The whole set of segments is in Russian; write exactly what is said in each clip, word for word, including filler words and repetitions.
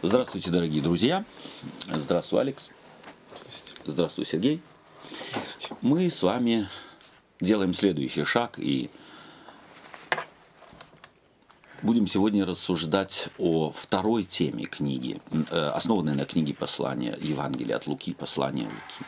Здравствуйте, дорогие друзья. Здравствуй, Алекс. Здравствуйте. Здравствуй, Сергей. Здравствуйте. Мы с вами делаем следующий шаг и будем сегодня рассуждать о второй теме книги, основанной на книге послания Евангелия от Луки, послания Луки.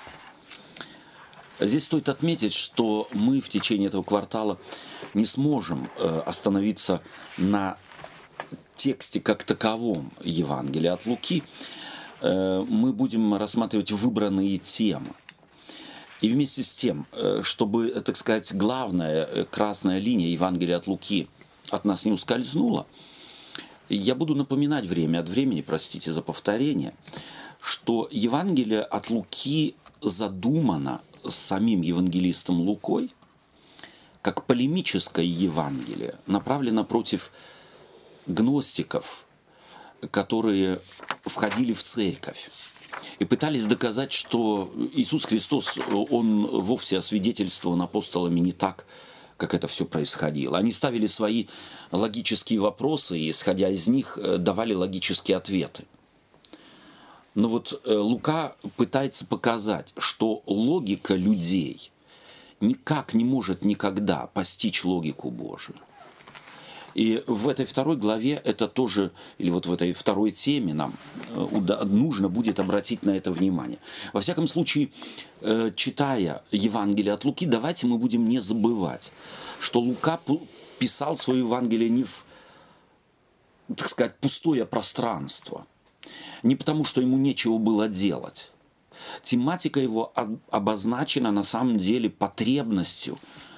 Здесь стоит отметить, что мы в течение этого квартала не сможем остановиться на тексте как таковом Евангелия от Луки. Мы будем рассматривать выбранные темы. И вместе с тем, чтобы, так сказать, главная красная линия Евангелия от Луки от нас не ускользнула, я буду напоминать время от времени, простите за повторение, что Евангелие от Луки задумано самим евангелистом Лукой как полемическое Евангелие, направлено против гностиков, которые входили в церковь и пытались доказать, что Иисус Христос, Он вовсе освидетельствован апостолами не так, как это все происходило. Они ставили свои логические вопросы и, исходя из них, давали логические ответы. Но вот Лука пытается показать, что логика людей никак не может никогда постичь логику Божию. И в этой второй главе это тоже, или вот в этой второй теме нам нужно будет обратить на это внимание. Во всяком случае, читая Евангелие от Луки, давайте мы будем не забывать, что Лука писал свое Евангелие не в, так сказать, пустое пространство, не потому, что ему нечего было делать. Тематика его обозначена на самом деле потребностью,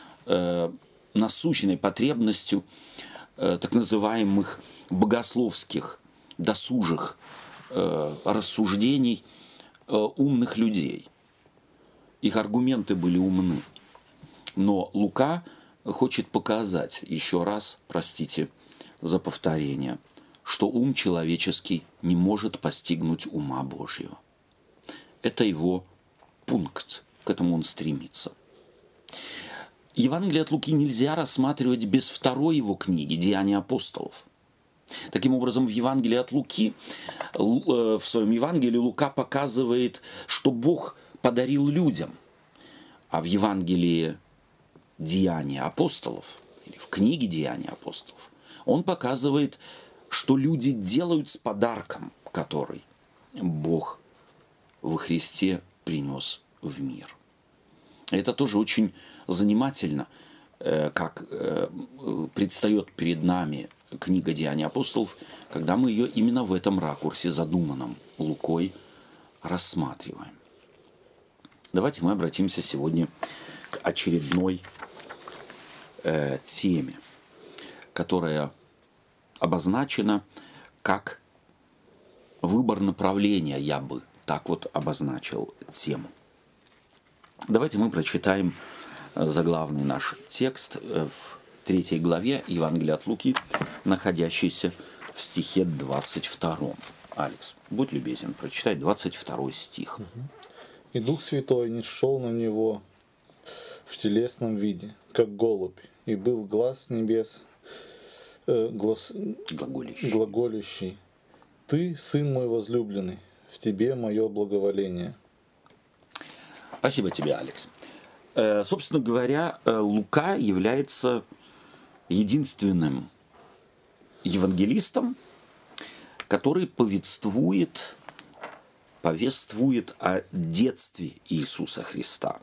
насущной потребностью так называемых богословских, досужих э, рассуждений э, умных людей. Их аргументы были умны. Но Лука хочет показать, еще раз, простите за повторение, что ум человеческий не может постигнуть ума Божьего. Это его пункт, к этому он стремится. Евангелие от Луки нельзя рассматривать без второй его книги «Деяния апостолов». Таким образом, в Евангелии от Луки, в своем Евангелии Лука показывает, что Бог подарил людям, а в Евангелии «Деяния апостолов», или в книге «Деяния апостолов», он показывает, что люди делают с подарком, который Бог во Христе принес в мир. Это тоже очень занимательно, как предстает перед нами книга «Деяния апостолов», когда мы ее именно в этом ракурсе, задуманном Лукой, рассматриваем. Давайте мы обратимся сегодня к очередной э, теме, которая обозначена как выбор направления, я бы так вот обозначил тему. Давайте мы прочитаем заглавный наш текст в третьей главе Евангелия от Луки, находящийся в стихе двадцать втором. Алекс, будь любезен, прочитай двадцать второй стих. «И Дух Святой нисшел на него в телесном виде, как голубь, и был глас небес, э, глас, глаголящий. глаголящий: Ты, Сын мой возлюбленный, в Тебе мое благоволение». Спасибо тебе, Алекс. Э, собственно говоря, Лука является единственным евангелистом, который повествует, повествует о детстве Иисуса Христа.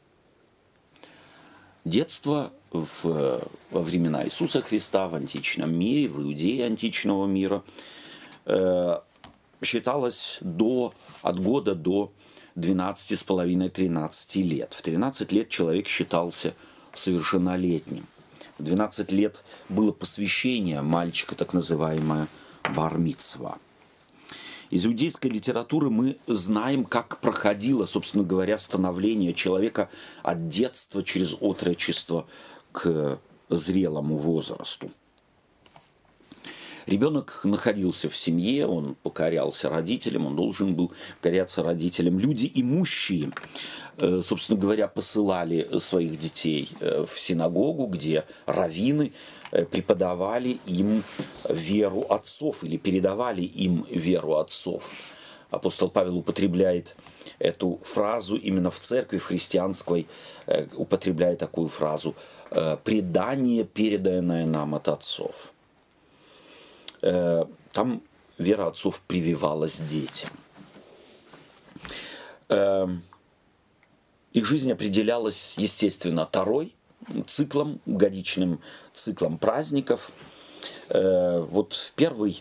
Детство в, во времена Иисуса Христа в античном мире, в Иудее античного мира, э, считалось до, от года до двенадцати с половиной тринадцати лет. В тринадцать лет человек считался совершеннолетним. В двенадцать лет было посвящение мальчика, так называемое бар-мицва. Из иудейской литературы мы знаем, как проходило, собственно говоря, становление человека от детства через отрочество к зрелому возрасту. Ребенок находился в семье, он покорялся родителям, он должен был покоряться родителям. Люди имущие, собственно говоря, посылали своих детей в синагогу, где раввины преподавали им веру отцов или передавали им веру отцов. Апостол Павел употребляет эту фразу именно в церкви, в христианской, употребляет такую фразу «предание, переданное нам от отцов». Там вера отцов прививалась детям. Их жизнь определялась, естественно, Торой, циклом, годичным циклом праздников. Вот в первый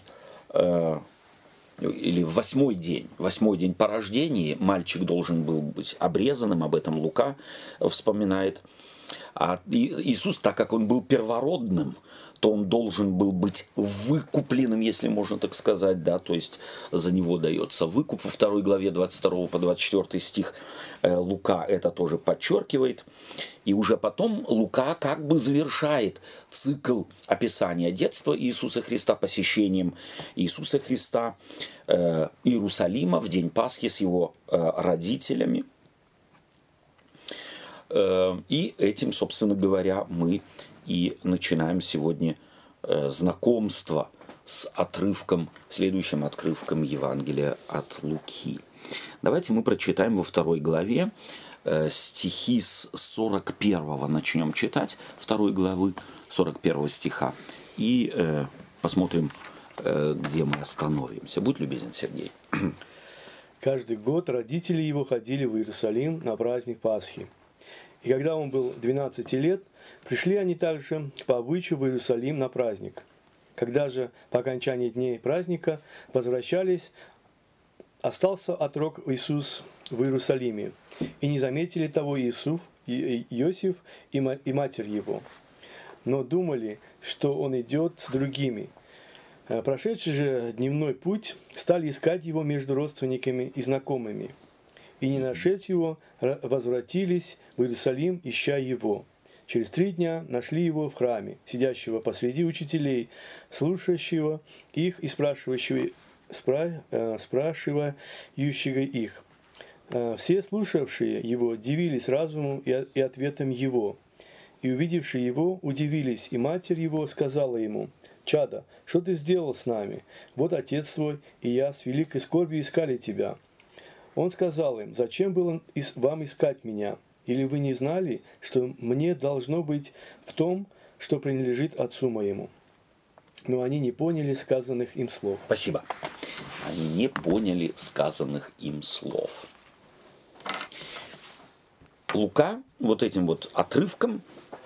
или в восьмой день, восьмой день по рождении мальчик должен был быть обрезанным, об этом Лука вспоминает. А Иисус, так как он был первородным, то он должен был быть выкупленным, если можно так сказать, да, то есть за него дается выкуп. Во второй главе двадцать второй по двадцать четвёртый стих Лука это тоже подчеркивает. И уже потом Лука как бы завершает цикл описания детства Иисуса Христа посещением Иисуса Христа э, Иерусалима в день Пасхи с его э, родителями. Э, и этим, собственно говоря, мы и начинаем сегодня э, знакомство с отрывком, следующим отрывком Евангелия от Луки. Давайте мы прочитаем во второй главе э, стихи с сорок первого начнем читать, второй главы сорок первого стиха, и э, посмотрим, э, где мы остановимся. Будь любезен, Сергей. Каждый год родители его ходили в Иерусалим на праздник Пасхи. И когда он был двенадцати лет, пришли они также по обычаю в Иерусалим на праздник. Когда же по окончании дней праздника возвращались, остался отрок Иисус в Иерусалиме, и не заметили того Иисус, Иосиф и матерь его, но думали, что он идет с другими. Прошедший же дневной путь, стали искать его между родственниками и знакомыми, и не нашед его, возвратились в Иерусалим, ища его. Через три дня нашли его в храме, сидящего посреди учителей, слушающего их и спрашивающего, спра, спрашивающего их. Все слушавшие его дивились разуму и ответом его. И увидевшие его, удивились, и матерь его сказала ему: «Чадо, что ты сделал с нами? Вот отец твой и я с великой скорбью искали тебя». Он сказал им: «Зачем было вам искать меня? Или вы не знали, что мне должно быть в том, что принадлежит отцу моему?» Но они не поняли сказанных им слов. Спасибо. Они не поняли сказанных им слов. Лука вот этим вот отрывком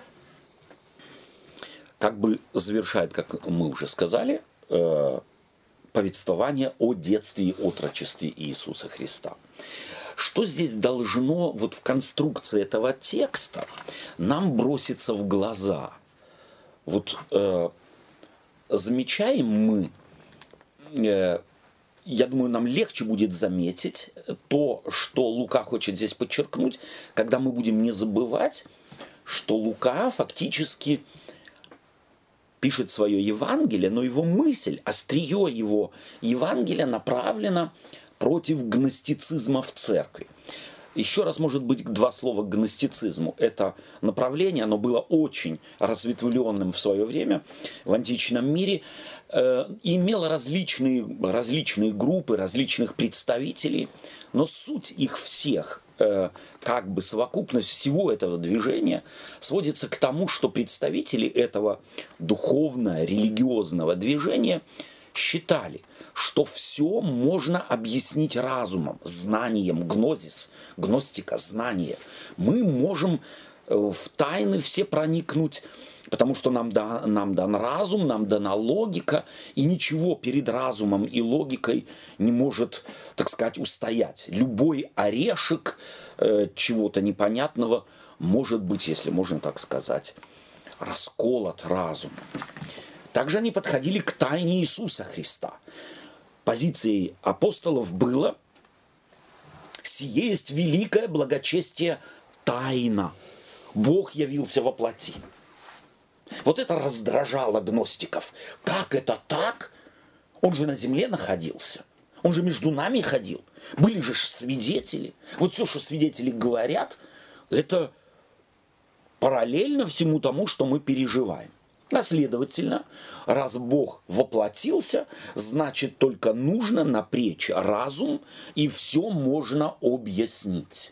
как бы завершает, как мы уже сказали, э, повествование о детстве и отрочестве Иисуса Христа. Что здесь должно вот в конструкции этого текста нам броситься в глаза? Вот э, замечаем мы, э, я думаю, нам легче будет заметить то, что Лука хочет здесь подчеркнуть, когда мы будем не забывать, что Лука фактически пишет свое Евангелие, но его мысль, острие его Евангелия направлено против гностицизма в церкви. Еще раз, может быть, два слова к гностицизму. Это направление, оно было очень разветвленным в свое время в античном мире, э, имело различные, различные группы, различных представителей, но суть их всех, э, как бы совокупность всего этого движения сводится к тому, что представители этого духовно-религиозного движения считали, что все можно объяснить разумом, знанием, гнозис, гностика, знание. Мы можем в тайны все проникнуть, потому что нам, да, нам дан разум, нам дана логика, и ничего перед разумом и логикой не может, так сказать, устоять. Любой орешек э, чего-то непонятного может быть, если можно так сказать, расколот разумом. Также они подходили к тайне Иисуса Христа. Позицией апостолов было: «Сие есть великое благочестие тайна. Бог явился во плоти». Вот это раздражало гностиков. Как это так? Он же на земле находился. Он же между нами ходил. Были же свидетели. Вот все, что свидетели говорят, это параллельно всему тому, что мы переживаем. А следовательно, раз Бог воплотился, значит, только нужно напрячь разум, и все можно объяснить.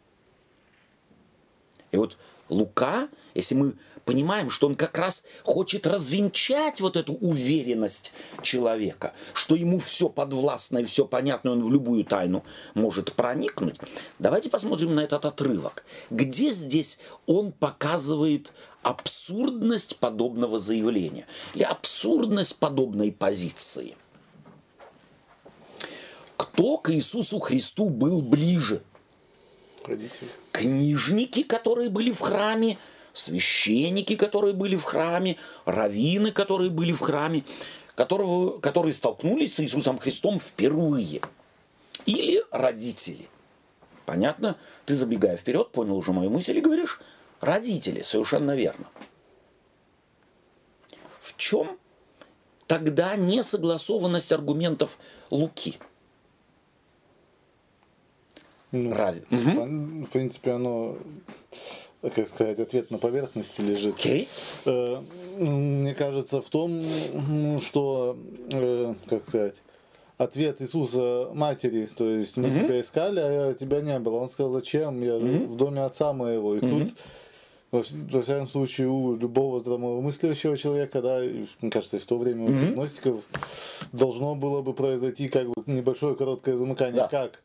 И вот Лука, если мы понимаем, что он как раз хочет развенчать вот эту уверенность человека, что ему все подвластно и все понятно, он в любую тайну может проникнуть. Давайте посмотрим на этот отрывок. Где здесь он показывает абсурдность подобного заявления или абсурдность подобной позиции? Кто к Иисусу Христу был ближе? Родители. Книжники, которые были в храме, священники, которые были в храме, раввины, которые были в храме, которого, которые столкнулись с Иисусом Христом впервые. Или родители. Понятно? Ты, забегая вперед, понял уже мою мысль и говоришь, родители, совершенно верно. В чем тогда несогласованность аргументов Луки? Ну, Рави. в принципе, оно, как сказать, ответ на поверхности лежит. Окей. Э, Мне кажется, в том, что, э, как сказать, ответ Иисуса матери, то есть мы Мгм. тебя искали, а тебя не было. Он сказал, зачем? Я же Мгм. в доме отца моего. И Мгм. тут, во, вс- во всяком случае, у любого здравомыслящего человека, да, и, мне кажется, и в то время у Мгм. гностиков должно было бы произойти как бы небольшое короткое замыкание. Да. Как?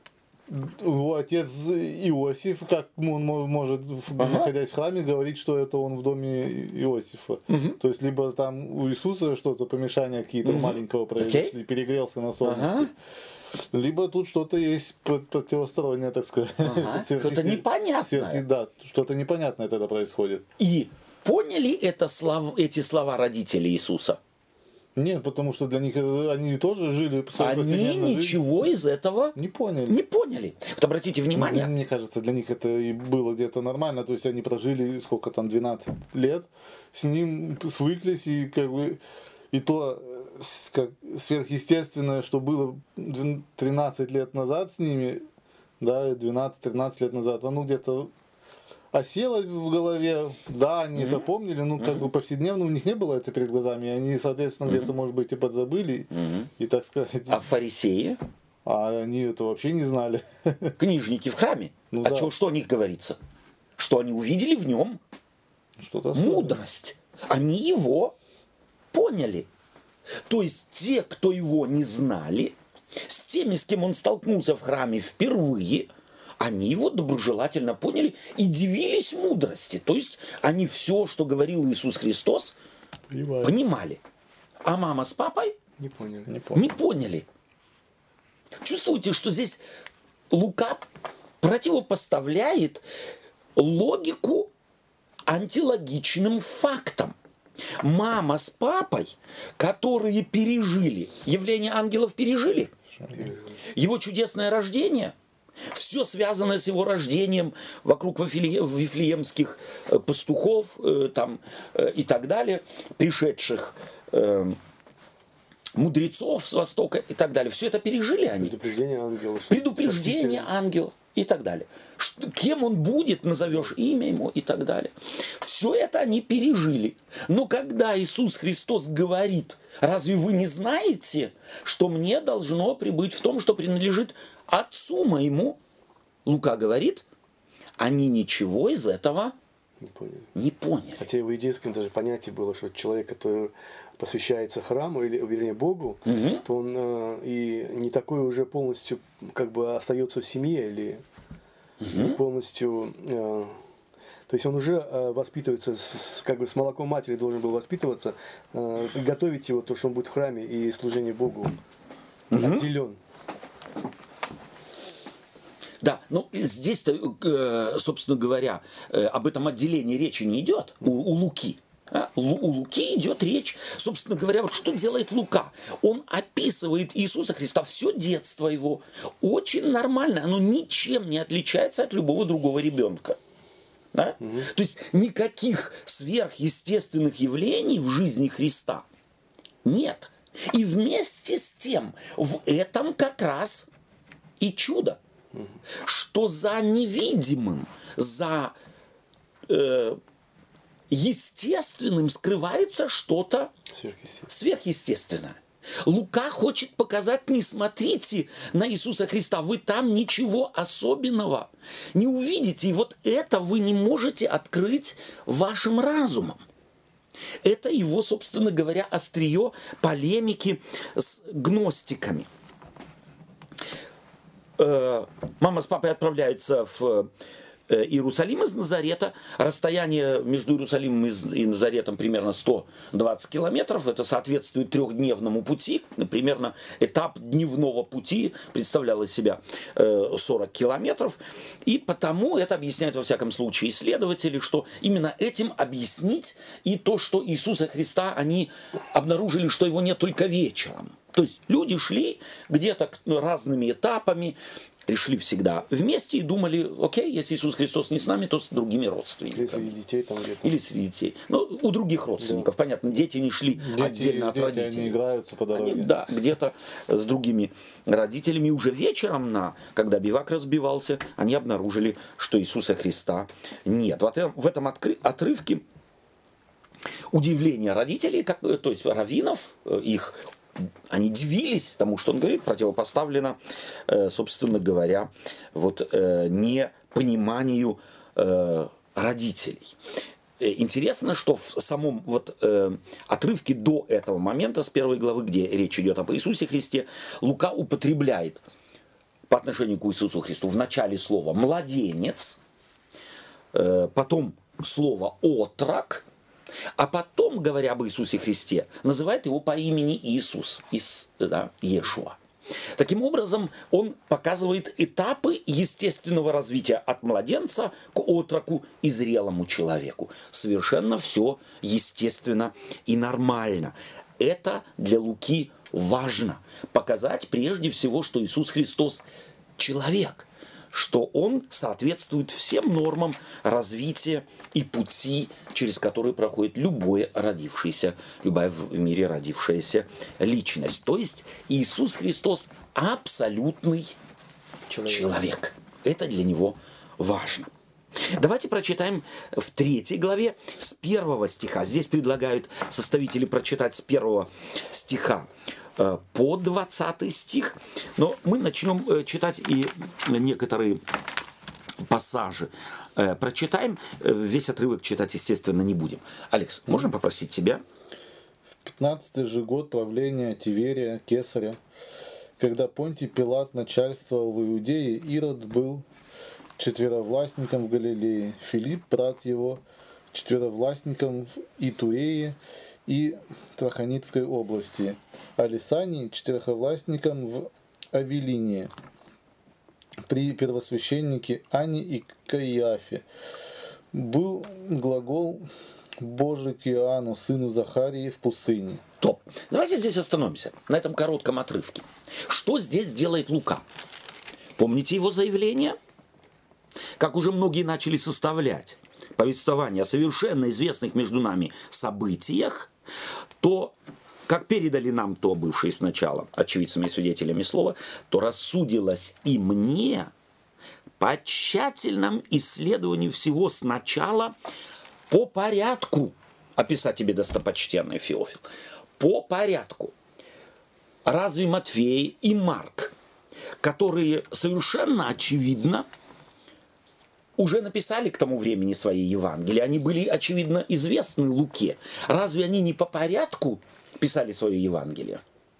Его отец Иосиф, как он мо- может, в- Ага. находясь в храме, говорить, что это он в доме Иосифа. Мгм. То есть, либо там у Иисуса что-то, помешания какие-то Мгм. маленького произошли, Окей. перегрелся на солнце. Ага. Либо тут что-то есть прот- противостороннее, так сказать. Ага. Сверхъесте- Что-то непонятное. сверх- Да, что-то непонятное тогда происходит. И поняли это слов, эти слова родители Иисуса? Нет, потому что для них э, они тоже жили своей Они повседневной жизнью. ничего из этого Не поняли. не поняли. Вот обратите внимание. Мне кажется, для них это и было где-то нормально. То есть они прожили сколько там, двенадцать лет, с ним свыклись, и как бы и то э, с- как сверхъестественное, что было двен- тринадцать лет назад с ними, да, двенадцать-тринадцать лет назад, оно где-то осело в голове, да, они это помнили, но как бы повседневно у них не было это перед глазами, и они, соответственно, где-то, может быть, и подзабыли, Мгм. и, так сказать, А фарисеи, а они это вообще не знали. книжники в храме, Ну а да. чё- что о них говорится? Что они увидели в нем Что-то особенное. мудрость. Они его поняли. То есть те, кто его не знали, с теми, с кем он столкнулся в храме впервые, они его доброжелательно поняли и дивились мудрости. То есть они все, что говорил Иисус Христос, Понимаю. понимали. А мама с папой Не поняли. Не помню. не поняли. Чувствуете, что здесь Лука противопоставляет логику антилогичным фактам. Мама с папой, которые пережили, явление ангелов пережили, его чудесное рождение, все связанное с его рождением вокруг Вафили- вифлеемских э, пастухов э, там, э, и так далее, пришедших э, мудрецов с Востока и так далее. Все это пережили они. Предупреждение ангела. что Предупреждение спаситель. ангела и так далее. Что- кем он будет, назовешь имя ему и так далее. Все это они пережили. Но когда Иисус Христос говорит, разве вы не знаете, что мне должно прибыть в том, что принадлежит Отцу моему? Лука говорит, они ничего из этого Не поняли. не поняли. Хотя в иудейском даже понятие было, что человек, который посвящается храму, или, вернее, Богу, Мгм. то он э, и не такой уже полностью как бы остается в семье, или не полностью... э, то есть он уже э, воспитывается, с, с- как бы с молоком матери должен был воспитываться, э, и готовить его, то, что он будет в храме и служение Богу отделен. Да, ну здесь-то, э, собственно говоря, э, об этом отделении речи не идет у, у Луки. А? Лу- У Луки идет речь, собственно говоря, вот что делает Лука. Он описывает Иисуса Христа, все детство его, очень нормально, оно ничем не отличается от любого другого ребенка. Да? Угу. То есть никаких сверхъестественных явлений в жизни Христа нет. И вместе с тем в этом как раз и чудо, угу. что за невидимым, за э, естественным скрывается что-то сверхъестественное. сверхъестественное. Лука хочет показать: не смотрите на Иисуса Христа, вы там ничего особенного не увидите. И вот это вы не можете открыть вашим разумом. Это его, собственно говоря, острие полемики с гностиками. Мама с папой отправляются в Иерусалим из Назарета. Расстояние между Иерусалимом и Назаретом примерно сто двадцать километров. Это соответствует трехдневному пути. Примерно этап дневного пути представлял из себя сорок километров. И потому это объясняют во всяком случае исследователи, что именно этим объяснить и то, что Иисуса Христа они обнаружили, что его нет только вечером. То есть люди шли где-то разными этапами, шли всегда вместе и думали: окей, если Иисус Христос не с нами, то с другими родственниками. Или среди детей там где-то. Или среди детей. Ну, у других родственников, да. Понятно, дети не шли дети, отдельно от дети, родителей. Они играются по дороге. Они, да, где-то с другими родителями. Уже вечером, на, когда бивак разбивался, они обнаружили, что Иисуса Христа нет. Вот в этом отрывке удивление родителей, как, то есть раввинов, их они дивились тому, что он говорит, противопоставлено, собственно говоря, вот, непониманию родителей. Интересно, что в самом вот, отрывке до этого момента, с первой главы, где речь идет об Иисусе Христе, Лука употребляет по отношению к Иисусу Христу в начале слова «младенец», потом слово «отрок», а потом, говоря об Иисусе Христе, называет его по имени Иисус, Ис, да, Иешуа. Таким образом, он показывает этапы естественного развития от младенца к отроку и зрелому человеку. Совершенно все естественно и нормально. Это для Луки важно. Показать прежде всего, что Иисус Христос человек, что он соответствует всем нормам развития и пути, через которые проходит любое родившееся, любая в мире родившаяся личность. То есть Иисус Христос абсолютный человек. человек. Это для него важно. Давайте прочитаем в третьей главе с первого стиха. Здесь предлагают составители прочитать с первого стиха по двадцатый стих, но мы начнем читать и некоторые пассажи прочитаем. Весь отрывок читать, естественно, не будем. Алекс, можно попросить тебя? В пятнадцатый же год правления Тиверия, Кесаря, когда Понтий Пилат начальствовал в Иудее, Ирод был четверовластником в Галилее, Филипп, брат его, четверовластником в Итуее и Траханитской области, а Лисаний четыреховластником в Авелине, при первосвященнике Ане и Каиафе. Был глагол Божий к Иоанну, сыну Захарии, в пустыне. Топ. Давайте здесь остановимся, на этом коротком отрывке. Что здесь делает Лука? Помните его заявление? Как уже многие начали составлять повествование о совершенно известных между нами событиях, то, как передали нам то бывшие сначала очевидцами и свидетелями слова, то рассудилось и мне по тщательном исследованию всего сначала по порядку описать тебе, достопочтенный Феофил, по порядку. Разве Матфей и Марк, которые совершенно очевидно уже написали к тому времени свои Евангелия, они были, очевидно, известны Луке. Разве они не по порядку писали свое Евангелие?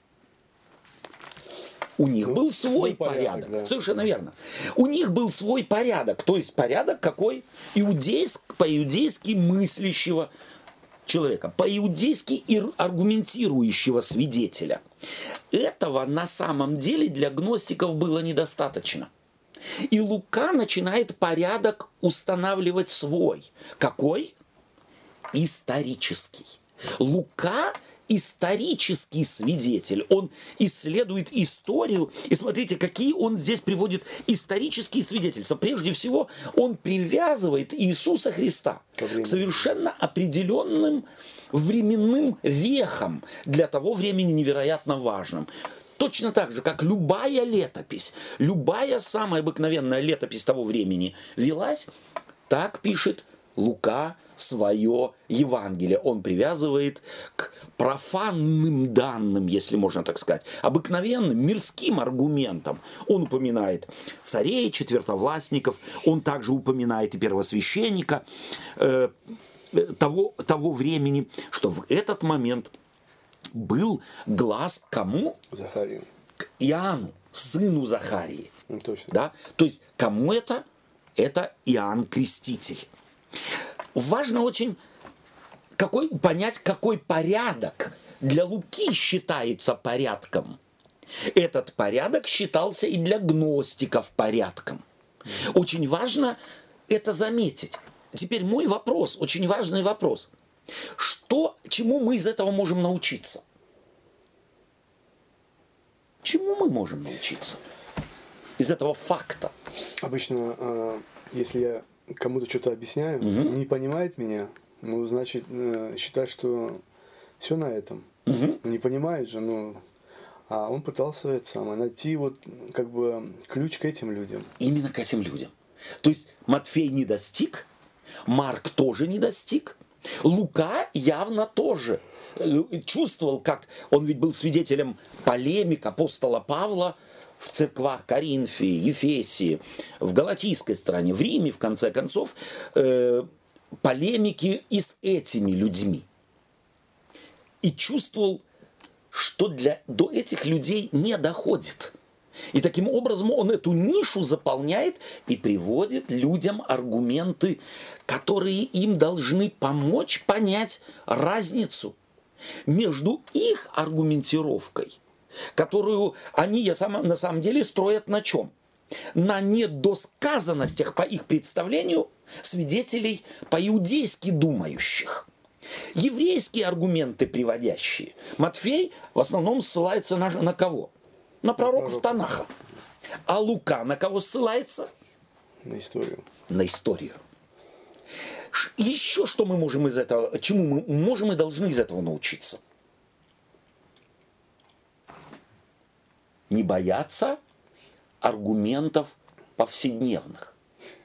У них ну, был свой, свой порядок. порядок да. Совершенно верно. У них был свой порядок. То есть порядок какой? Иудейск, по-иудейски мыслящего человека. По-иудейски аргументирующего свидетеля. Этого на самом деле для гностиков было недостаточно. И Лука начинает порядок устанавливать свой. Какой? Исторический. Лука исторический свидетель. Он исследует историю. И смотрите, какие он здесь приводит исторические свидетельства. Прежде всего, он привязывает Иисуса Христа к совершенно определенным временным вехам, для того времени невероятно важным. Точно так же, как любая летопись, любая самая обыкновенная летопись того времени велась, так пишет Лука свое Евангелие. Он привязывает к профанным данным, если можно так сказать, обыкновенным мирским аргументам. Он упоминает царей, четвертовластников, он также упоминает и первосвященника э, того, того времени, что в этот момент был глаз кому? Захарию. К Иоанну, сыну Захарии. Ну, точно. Да? То есть, кому это? Это Иоанн Креститель. Важно очень какой, понять, какой порядок для Луки считается порядком. Этот порядок считался и для гностиков порядком. Очень важно это заметить. Теперь мой вопрос, очень важный вопрос. Что, чему мы из этого можем научиться? Чему мы можем научиться из этого факта? Обычно, если я кому-то что-то объясняю, угу. не понимает меня, ну, значит, считать, что все на этом. Угу. Не понимает же, ну... А он пытался это самое, найти вот как бы ключ к этим людям. Именно к этим людям. То есть Матфей не достиг, Марк тоже не достиг, Лука явно тоже чувствовал, как он ведь был свидетелем полемик апостола Павла в церквах Коринфии, Ефесии, в Галатийской стране, в Риме, в конце концов, э, полемики и с этими людьми. И чувствовал, что для, до этих людей не доходит. И таким образом он эту нишу заполняет и приводит людям аргументы, которые им должны помочь понять разницу между их аргументировкой, которую они я сам, на самом деле строят на чем? На недосказанностях, по их представлению, свидетелей по-иудейски думающих. Еврейские аргументы приводящие. Матфей в основном ссылается на, на кого? На пророков Танаха. А Лука на кого ссылается? На историю. На историю. Еще что мы можем из этого, чему мы можем и должны из этого научиться? Не бояться аргументов повседневных.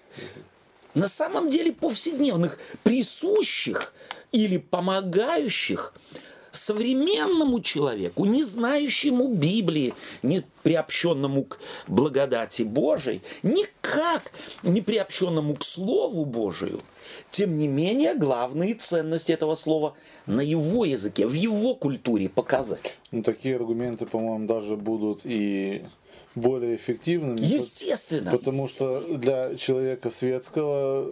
На самом деле повседневных, присущих или помогающих современному человеку, не знающему Библии, не приобщенному к благодати Божией, никак не приобщенному к Слову Божию. Тем не менее, главные ценности этого слова на его языке, в его культуре показать. Ну, такие аргументы, по-моему, даже будут и более эффективными. Естественно. Потому естественно. что для человека светского...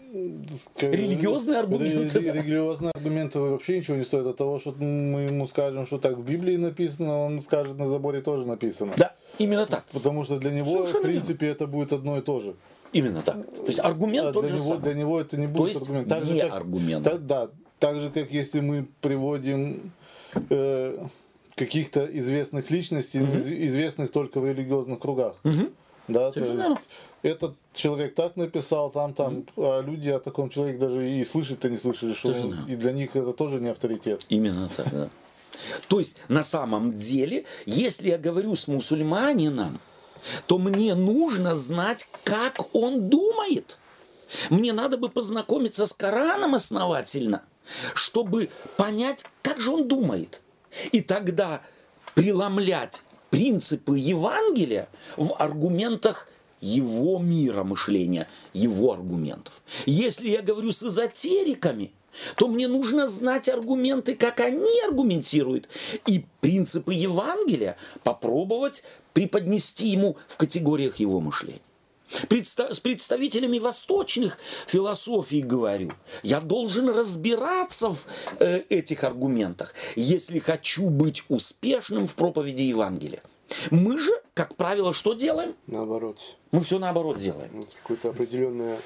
Религиозные аргументы. Рели- религиозные аргументы вообще ничего не стоят от того, что мы ему скажем, что так в Библии написано, он скажет, на заборе тоже написано. Да, именно так. Потому что для него, Совершенно в принципе, верно. Это будет одно и то же. Именно так. То есть аргумент а тот для же него, самый. Для него это не будет то есть аргумент. Так не же, как, аргумент. Так, да, так же, как если мы приводим э, каких-то известных личностей, угу. известных только в религиозных кругах. Угу. Да, то есть, этот человек так написал, там, там, mm. а люди о таком человеке даже и слышать-то не слышали, что он, и для них это тоже не авторитет. Именно так, да. То есть, на самом деле, если я говорю с мусульманином, то мне нужно знать, как он думает. Мне надо бы познакомиться с Кораном основательно, чтобы понять, как же он думает. И тогда преломлять принципы Евангелия в аргументах его мира мышления, его аргументов. Если я говорю с эзотериками, то мне нужно знать аргументы, как они аргументируют, и принципы Евангелия попробовать преподнести ему в категориях его мышления. Предста- с представителями восточных философий говорю, я должен разбираться в э, этих аргументах, если хочу быть успешным в проповеди Евангелия. Мы же, как правило, что делаем? Наоборот. Мы все наоборот делаем. Вот какое-то определенное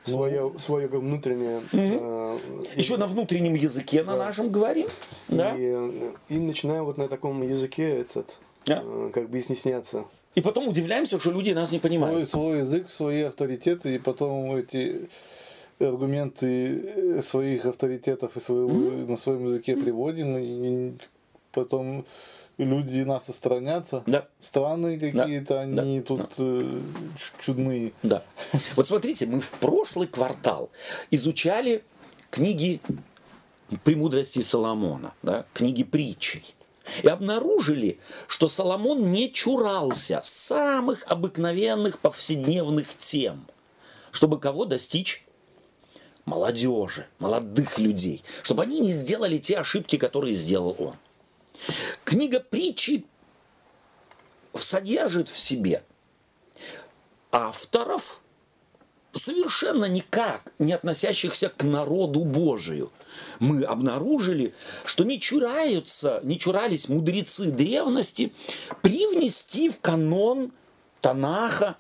свое, свое внутреннее... Э, Еще на внутреннем языке, на Да. нашем говорим. Да? И, и начинаем вот на таком языке этот, Да. э, как бы и стесняться. И потом удивляемся, что люди нас не Свой, понимают. свой язык, свои авторитеты, и потом эти аргументы своих авторитетов и своего, mm-hmm. на своем языке приводим, и потом люди нас отстранятся. Да. Странные какие-то, Да. они Да. тут Да. э, чудные. Да. Вот смотрите, мы в прошлый квартал изучали книги «Премудрости Соломона», да, книги притчей. И обнаружили, что Соломон не чурался самых обыкновенных повседневных тем, чтобы кого достичь? Молодежи, молодых людей, чтобы они не сделали те ошибки, которые сделал он. Книга притчи содержит в себе авторов, совершенно никак не относящихся к народу Божию. Мы обнаружили, что не чураются, не чурались мудрецы древности привнести в канон Танаха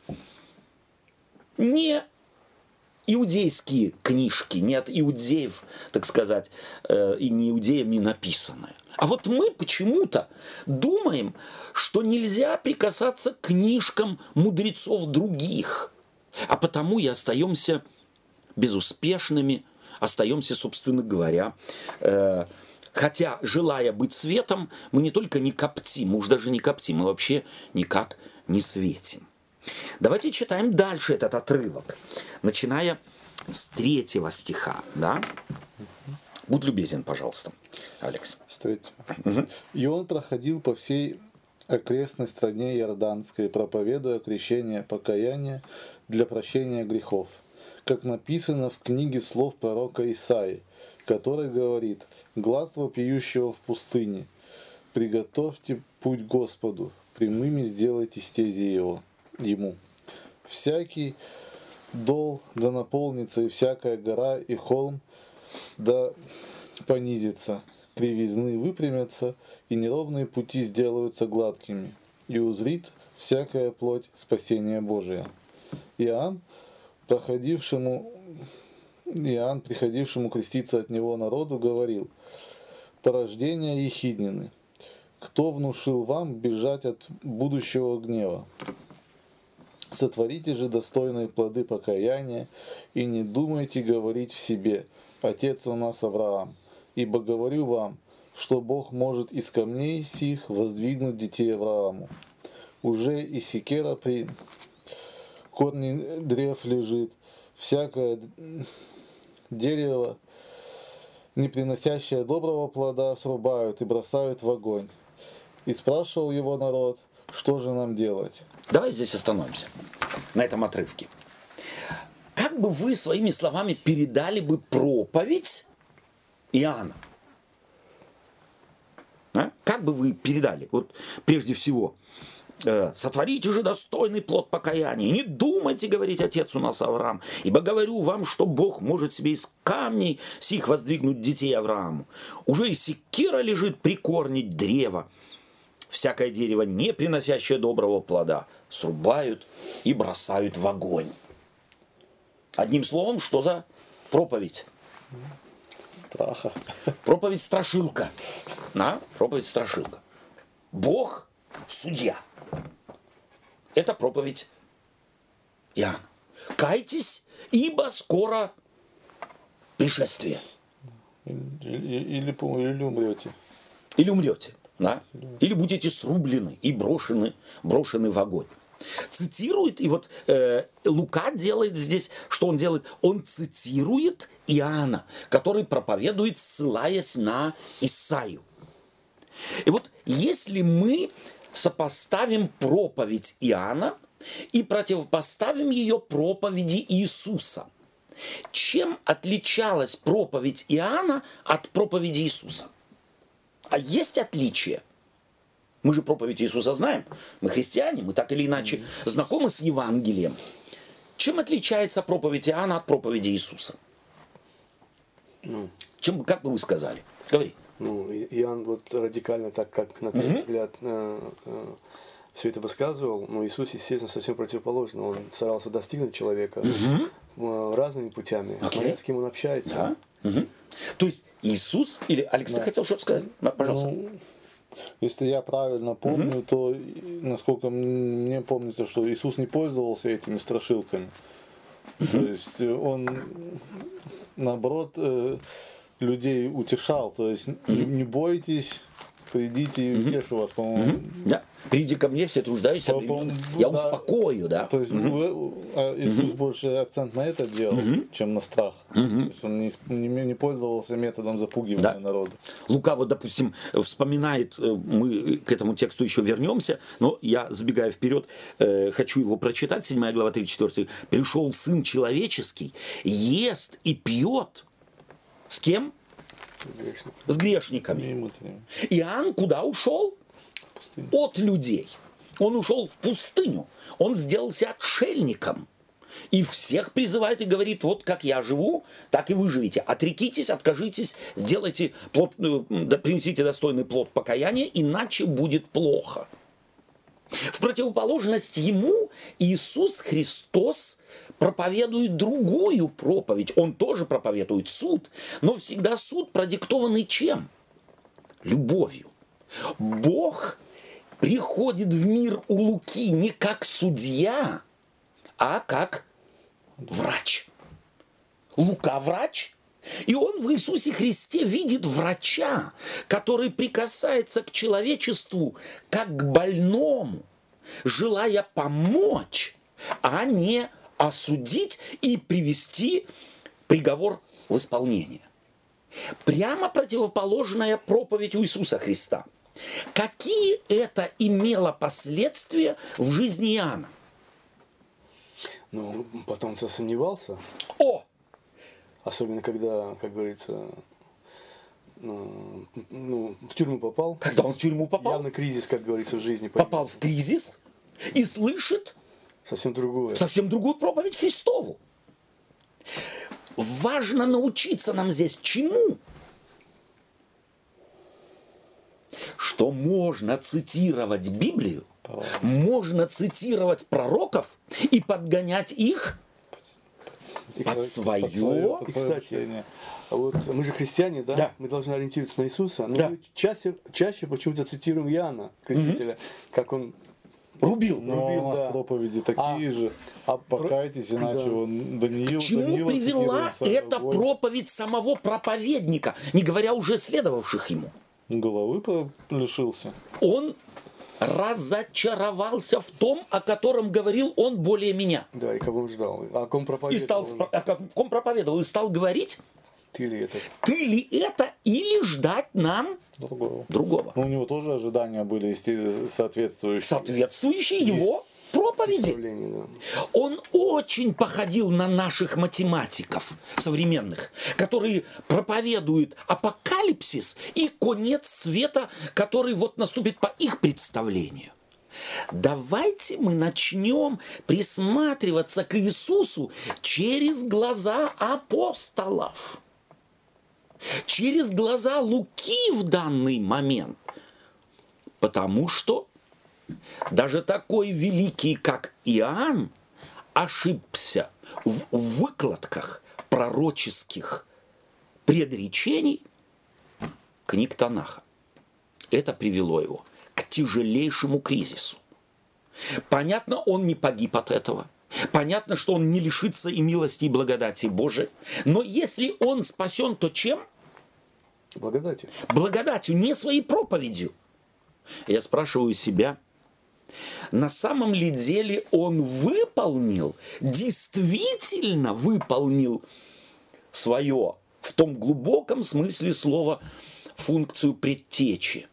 не иудейские книжки, не от иудеев, так сказать, э, и не иудеями написанные. А вот мы почему-то думаем, что нельзя прикасаться к книжкам мудрецов других, а потому и остаемся безуспешными, остаемся, собственно говоря, э, хотя, желая быть светом, мы не только не коптим, мы уж даже не коптим, мы вообще никак не светим. Давайте читаем дальше этот отрывок, начиная с третьего стиха, да? Будь любезен, пожалуйста, Алекс. С третьего. Угу. И он проходил по всей окрестной стране Иорданской, проповедуя крещение покаяния для прощения грехов, как написано в книге слов пророка Исаии, который говорит: «Глас вопиющего в пустыне, приготовьте путь Господу, прямыми сделайте стези его, ему. Всякий дол да наполнится, и всякая гора и холм да понизится, кривизны выпрямятся, и неровные пути сделаются гладкими, и узрит всякая плоть спасения Божия». Иоанн, проходившему, Иоанн, приходившему креститься от него народу, говорил: «Порождение ехиднины, кто внушил вам бежать от будущего гнева? Сотворите же достойные плоды покаяния, и не думайте говорить в себе: Отец у нас Авраам, ибо говорю вам, что Бог может из камней сих воздвигнуть детей Аврааму. Уже и секера при корне древ лежит, всякое дерево, не приносящее доброго плода, срубают и бросают в огонь». И спрашивал его народ: что же нам делать? Давай здесь остановимся, на этом отрывке. Как бы вы своими словами передали бы проповедь Иоанна? А? Как бы вы передали? Вот прежде всего, э, сотворите же достойный плод покаяния. Не думайте говорить: Отец у нас Авраам, ибо говорю вам, что Бог может себе из камней сих воздвигнуть детей Аврааму. Уже и секира лежит при корне древа. Всякое дерево, не приносящее доброго плода, срубают и бросают в огонь. Одним словом, что за проповедь? Страха. Проповедь страшилка. А? Проповедь страшилка. Бог судья. Это проповедь Иоанна. Кайтесь, ибо скоро пришествие. Или, или, или умрете. Или умрете. Да? Или будете срублены и брошены, брошены в огонь. Цитирует, и вот э, Лука делает здесь, что он делает? Он цитирует Иоанна, который проповедует, ссылаясь на Исаию. И вот если мы сопоставим проповедь Иоанна и противопоставим ее проповеди Иисуса, чем отличалась проповедь Иоанна от проповеди Иисуса? А есть отличие? Мы же проповедь Иисуса знаем. Мы христиане, мы так или иначе mm-hmm. знакомы с Евангелием. Чем отличается проповедь Иоанна от проповеди Иисуса? Ну, Чем, как бы вы сказали? Говори. Ну, Иоанн вот радикально, так как на первый mm-hmm. взгляд э, э, все это высказывал, но Иисус, естественно, совсем противоположно. Он старался достигнуть человека, mm-hmm. э, разными путями, Окей. смотря с кем он общается. Да. Угу. То есть Иисус, или Алекс, Да. ты хотел что-то сказать? Да, пожалуйста. Ну, если я правильно помню, Мгм. то, насколько м- мне помнится, что Иисус не пользовался этими страшилками. То есть э, он, наоборот, э, людей утешал. То есть не, не бойтесь, придите и утешу вас, по-моему. Да. Приди ко мне, все труждающиеся, По-моему, обремененные. Я да. успокою, да. То есть э, э, Иисус больше акцент на это делал, чем на страх. То есть он не, исп- не, не пользовался методом запугивания Да. народа. Лука, вот, допустим, вспоминает, э, мы к этому тексту еще вернемся, но я, забегая вперед, э, хочу его прочитать, седьмая глава, тридцать четвёртый. «Пришел Сын Человеческий, ест и пьет». С кем? Грешник. С грешниками. И мудрее. Иоанн куда ушел? Пустыня. От людей. Он ушел в пустыню. Он сделался отшельником. И всех призывает и говорит, вот как я живу, так и вы живите. Отрекитесь, откажитесь, сделайте плод, э, да, принесите достойный плод покаяния, иначе будет плохо. В противоположность ему Иисус Христос проповедует другую проповедь. Он тоже проповедует суд, но всегда суд, продиктованный чем? Любовью. Бог приходит в мир у Луки не как судья, а как врач. Лука врач, и он в Иисусе Христе видит врача, который прикасается к человечеству как к больному, желая помочь, а не осудить и привести приговор в исполнение. Прямо противоположная проповедь у Иисуса Христа. Какие это имело последствия в жизни Иоанна? Ну, потом засомневался, О! особенно когда, как говорится, ну, ну, в тюрьму попал. Когда он в тюрьму попал, Явно кризис, как говорится, в жизни. попал в кризис и слышит Совсем другое. совсем другую проповедь Христову. Важно научиться нам здесь чему? Что можно цитировать Библию, можно цитировать пророков и подгонять их под свое. под свое Кстати, мышление. А вот мы же христиане, да? Да. Мы должны ориентироваться на Иисуса. Но Да. мы чаще, чаще почему-то цитируем Иоанна, Крестителя, как он... Рубил. Но Рубил, у нас да. проповеди такие А- же. а про- Покайтесь, иначе да. он Даниил, К чему Даниила привела цитируем, эта огонь. проповедь самого проповедника, не говоря уже следовавших ему? Головы по- лишился. Он разочаровался в том, о котором говорил он более меня. Да, и кого он ждал? О ком И проповедовал? стал, он? спро- о каком проповедовал, и стал говорить, Ты ли это? ты ли это, или ждать нам Другого. другого, Но у него тоже ожидания были есте- соответствующие. соответствующие его проповеди. Представление, да. Он очень походил на наших математиков современных, которые проповедуют апокалипсис и конец света, который вот наступит по их представлению. Давайте мы начнем присматриваться к Иисусу через глаза апостолов, через глаза Луки в данный момент, потому что даже такой великий, как Иоанн, ошибся в выкладках пророческих предречений книг Танаха. Это привело его к тяжелейшему кризису. Понятно, он не погиб от этого. Понятно, что он не лишится и милости, и благодати Божией. Но если он спасен, то чем? Благодати. Благодатью, не своей проповедью. Я спрашиваю себя, на самом ли деле он выполнил, действительно выполнил свое, в том глубоком смысле слова, функцию предтечи?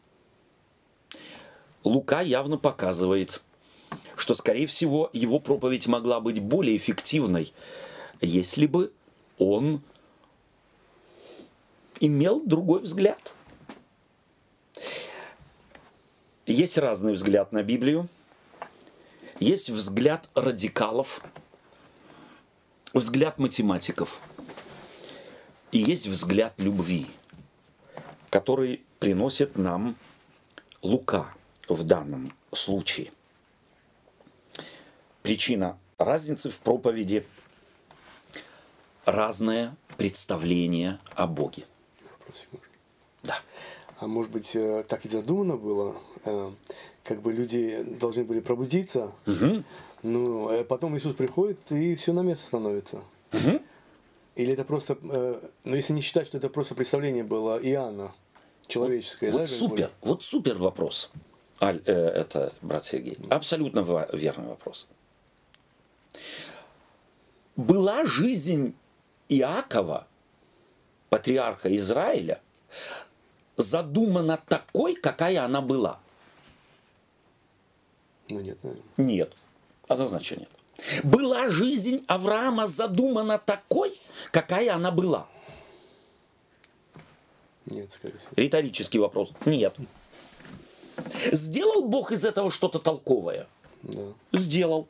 Лука явно показывает, что, скорее всего, его проповедь могла быть более эффективной, если бы он имел другой взгляд. Есть разный взгляд на Библию. Есть взгляд радикалов, взгляд математиков. И есть взгляд любви, который приносит нам Лука в данном случае. Причина разницы в проповеди разное представление о Боге. Вопросик можно? Да. А может быть, э, так и задумано было, э, как бы люди должны были пробудиться, Угу. ну, а потом Иисус приходит и все на место становится. Угу. Или это просто, э, ну если не считать, что это просто представление было Иоанна, человеческое, Вот да? как супер, бы? вот супер вопрос. Аль, э, это, брат Сергей, абсолютно ва- верный вопрос. Была жизнь Иакова, патриарха Израиля, задумана такой, какая она была? Ну нет, наверное. Нет, однозначно нет. Была жизнь Авраама задумана такой, какая она была? Нет, скорее всего. Риторический вопрос. Нет. Сделал Бог из этого что-то толковое? Да. Сделал.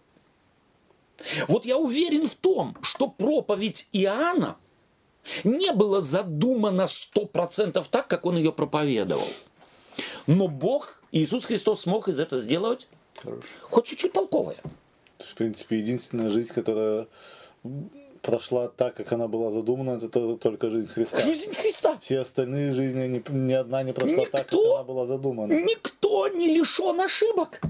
Вот я уверен в том, что проповедь Иоанна не была задумана сто процентов так, как он ее проповедовал. Но Бог, Иисус Христос, смог из этого сделать Хорошо. хоть чуть-чуть толковое. То есть, в принципе, единственная жизнь, которая прошла так, как она была задумана, это то- только жизнь Христа. Жизнь Христа. Все остальные жизни, ни, ни одна не прошла так, как Никто- она была задумана. Никто не лишен ошибок.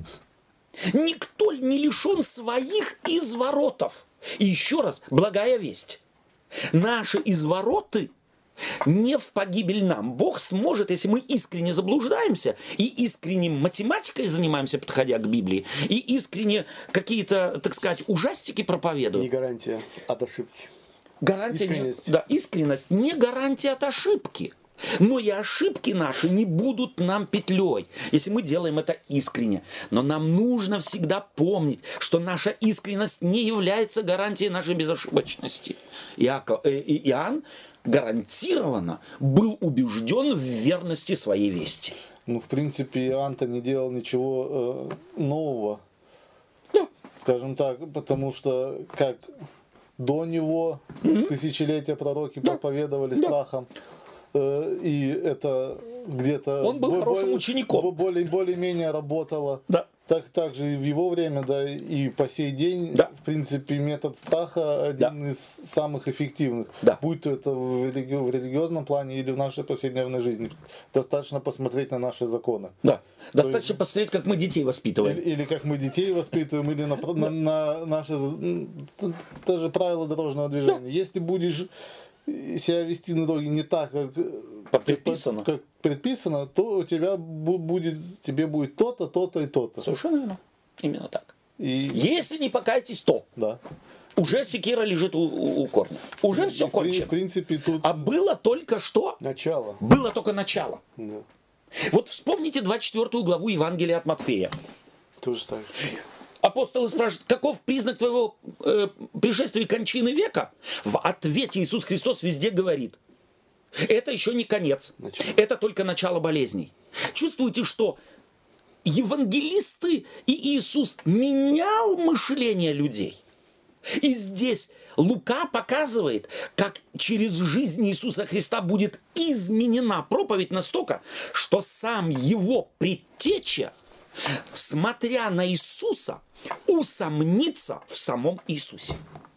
Никто не лишен своих изворотов. И еще раз, благая весть. Наши извороты не в погибель нам. Бог сможет, если мы искренне заблуждаемся и искренне математикой занимаемся, подходя к Библии, и искренне какие-то, так сказать, ужастики проповедуем. Не гарантия от ошибки. Гарантия не- Искренность. да, искренность не гарантия от ошибки. Но и ошибки наши не будут нам петлей, если мы делаем это искренне. Но нам нужно всегда помнить, что наша искренность не является гарантией нашей безошибочности. Иаков, э, и Иоанн гарантированно был убежден в верности своей вести. Ну, в принципе, Иоанн-то не делал ничего э, нового, Да. скажем так, потому что как до него тысячелетия пророки проповедовали Да. страхом, э, и это где-то Он был бо- хорошим бо- учеником. бо- более, более-менее работало. Да. Так, так же и в его время, да, и по сей день, Да. в принципе, метод страха один Да. из самых эффективных. Да. Будь то это в, религи- в религиозном плане или в нашей повседневной жизни. Достаточно посмотреть на наши законы. Да. Достаточно посмотреть, как мы детей воспитываем. Или, или как мы детей воспитываем, или на, на, на наши м, т- даже правила дорожного движения. Если будешь себя вести на дороге не так, как Как предписано. как предписано, то у тебя бу- будет, тебе будет то-то, то-то и то-то. Совершенно верно. Именно так. И, Если не покаетесь, то да. уже секира лежит у, у- у корня. Уже все И в при- кончено. В принципе, тут А было только что? Начало. Было только начало. Да. Вот вспомните двадцать четвёртую главу Евангелия от Матфея. Тоже так. Апостолы спрашивают, каков признак твоего э, пришествия и кончины века? В ответе Иисус Христос везде говорит, это еще не конец, Начало. это только начало болезней. Чувствуете, что евангелисты и Иисус менял мышление людей? И здесь Лука показывает, как через жизнь Иисуса Христа будет изменена проповедь настолько, что сам его предтеча, смотря на Иисуса, усомнится в самом Иисусе.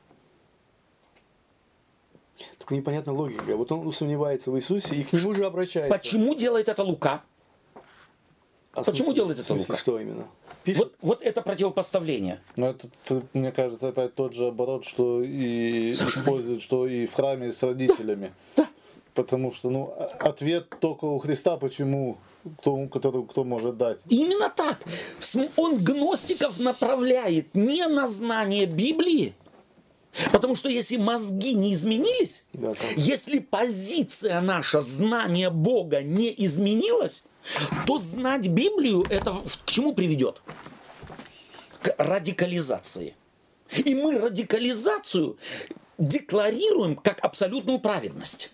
Только непонятна логика. Вот он сомневается в Иисусе и к нему же обращается. Почему делает это Лука? А почему смысл- делает это в смысле, Лука? что именно? Пишет? Вот, вот это противопоставление. ну, это, т- мне кажется, опять тот же оборот, что и Совершенно используют, что и в храме с родителями. Да. Потому что, ну, а- ответ только у Христа, почему, кто, который, кто может дать. Именно так. См- Он гностиков направляет не на знание Библии, потому что если мозги не изменились, Да, там. если позиция наша, знание Бога не изменилась, то знать Библию это в- к чему приведет? К радикализации. И мы радикализацию декларируем как абсолютную праведность.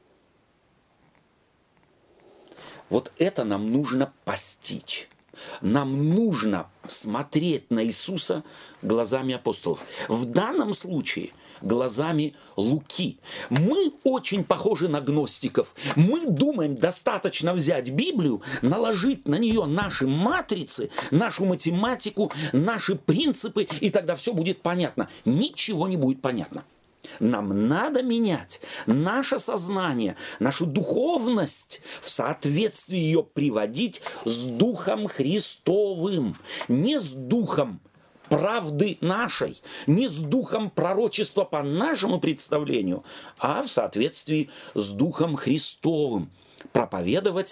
Вот это нам нужно постичь. Нам нужно смотреть на Иисуса глазами апостолов. В данном случае глазами Луки. Мы очень похожи на гностиков. Мы думаем, достаточно взять Библию, наложить на нее наши матрицы, нашу математику, наши принципы, и тогда все будет понятно. Ничего не будет понятно. Нам надо менять наше сознание, нашу духовность, в соответствии ее приводить с Духом Христовым, не с Духом правды нашей, не с Духом пророчества по нашему представлению, а в соответствии с Духом Христовым. Проповедовать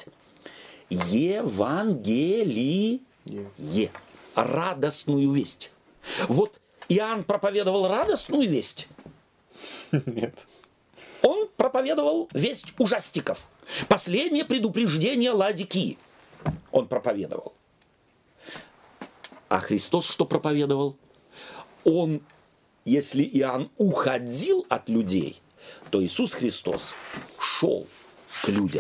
Евангелие, радостную весть. Вот Иоанн проповедовал радостную весть. Нет. Он проповедовал весть ужастиков. Последнее предупреждение Ладикии он проповедовал. А Христос что проповедовал? Он, если Иоанн уходил от людей, то Иисус Христос шел к людям.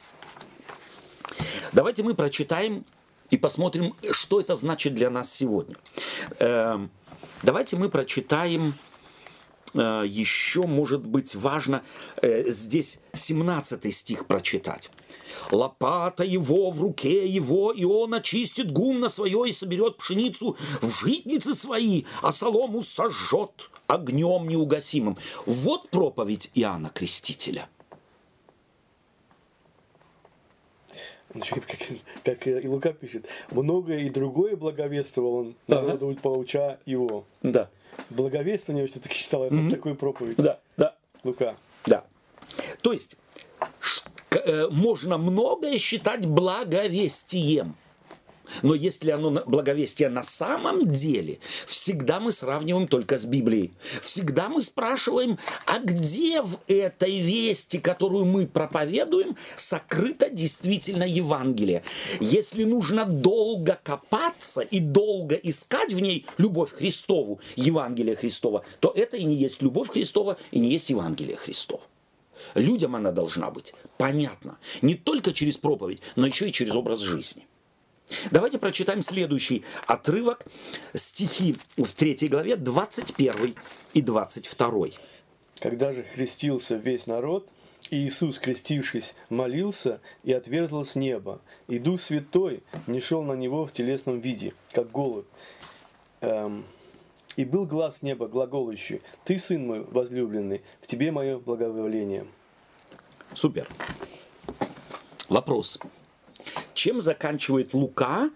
Давайте мы прочитаем и посмотрим, что это значит для нас сегодня. Давайте мы прочитаем еще, может быть, важно здесь семнадцатый стих прочитать. «Лопата его в руке его, и он очистит гумно свое и соберет пшеницу в житницы свои, а солому сожжет огнем неугасимым». Вот проповедь Иоанна Крестителя. Как, как и Лука пишет, многое и другое благовествовал он народу, ага. Поуча его. Да. Благовествование все-таки считал это mm-hmm. такую проповедь. Да, да. Лука. Да. То есть можно многое считать благовестием. Но если оно благовестие на самом деле, всегда мы сравниваем только с Библией. Всегда мы спрашиваем, а где в этой вести, которую мы проповедуем, сокрыто действительно Евангелие? Если нужно долго копаться и долго искать в ней любовь к Христову, Евангелие Христова, то это и не есть любовь Христова, и не есть Евангелие Христова. Людям она должна быть понятна не только через проповедь, но еще и через образ жизни. Давайте прочитаем следующий отрывок, стихи в третьей главе, двадцать первый и двадцать второй. «Когда же хрестился весь народ, и Иисус, крестившись, молился, и отверзлось небо, и Дух Святой не шел на него в телесном виде, как голубь. Эм, и был глас неба глаголающий: Ты, Сын мой возлюбленный, в Тебе мое благоволение». Супер. Вопрос. Чем заканчивает Лука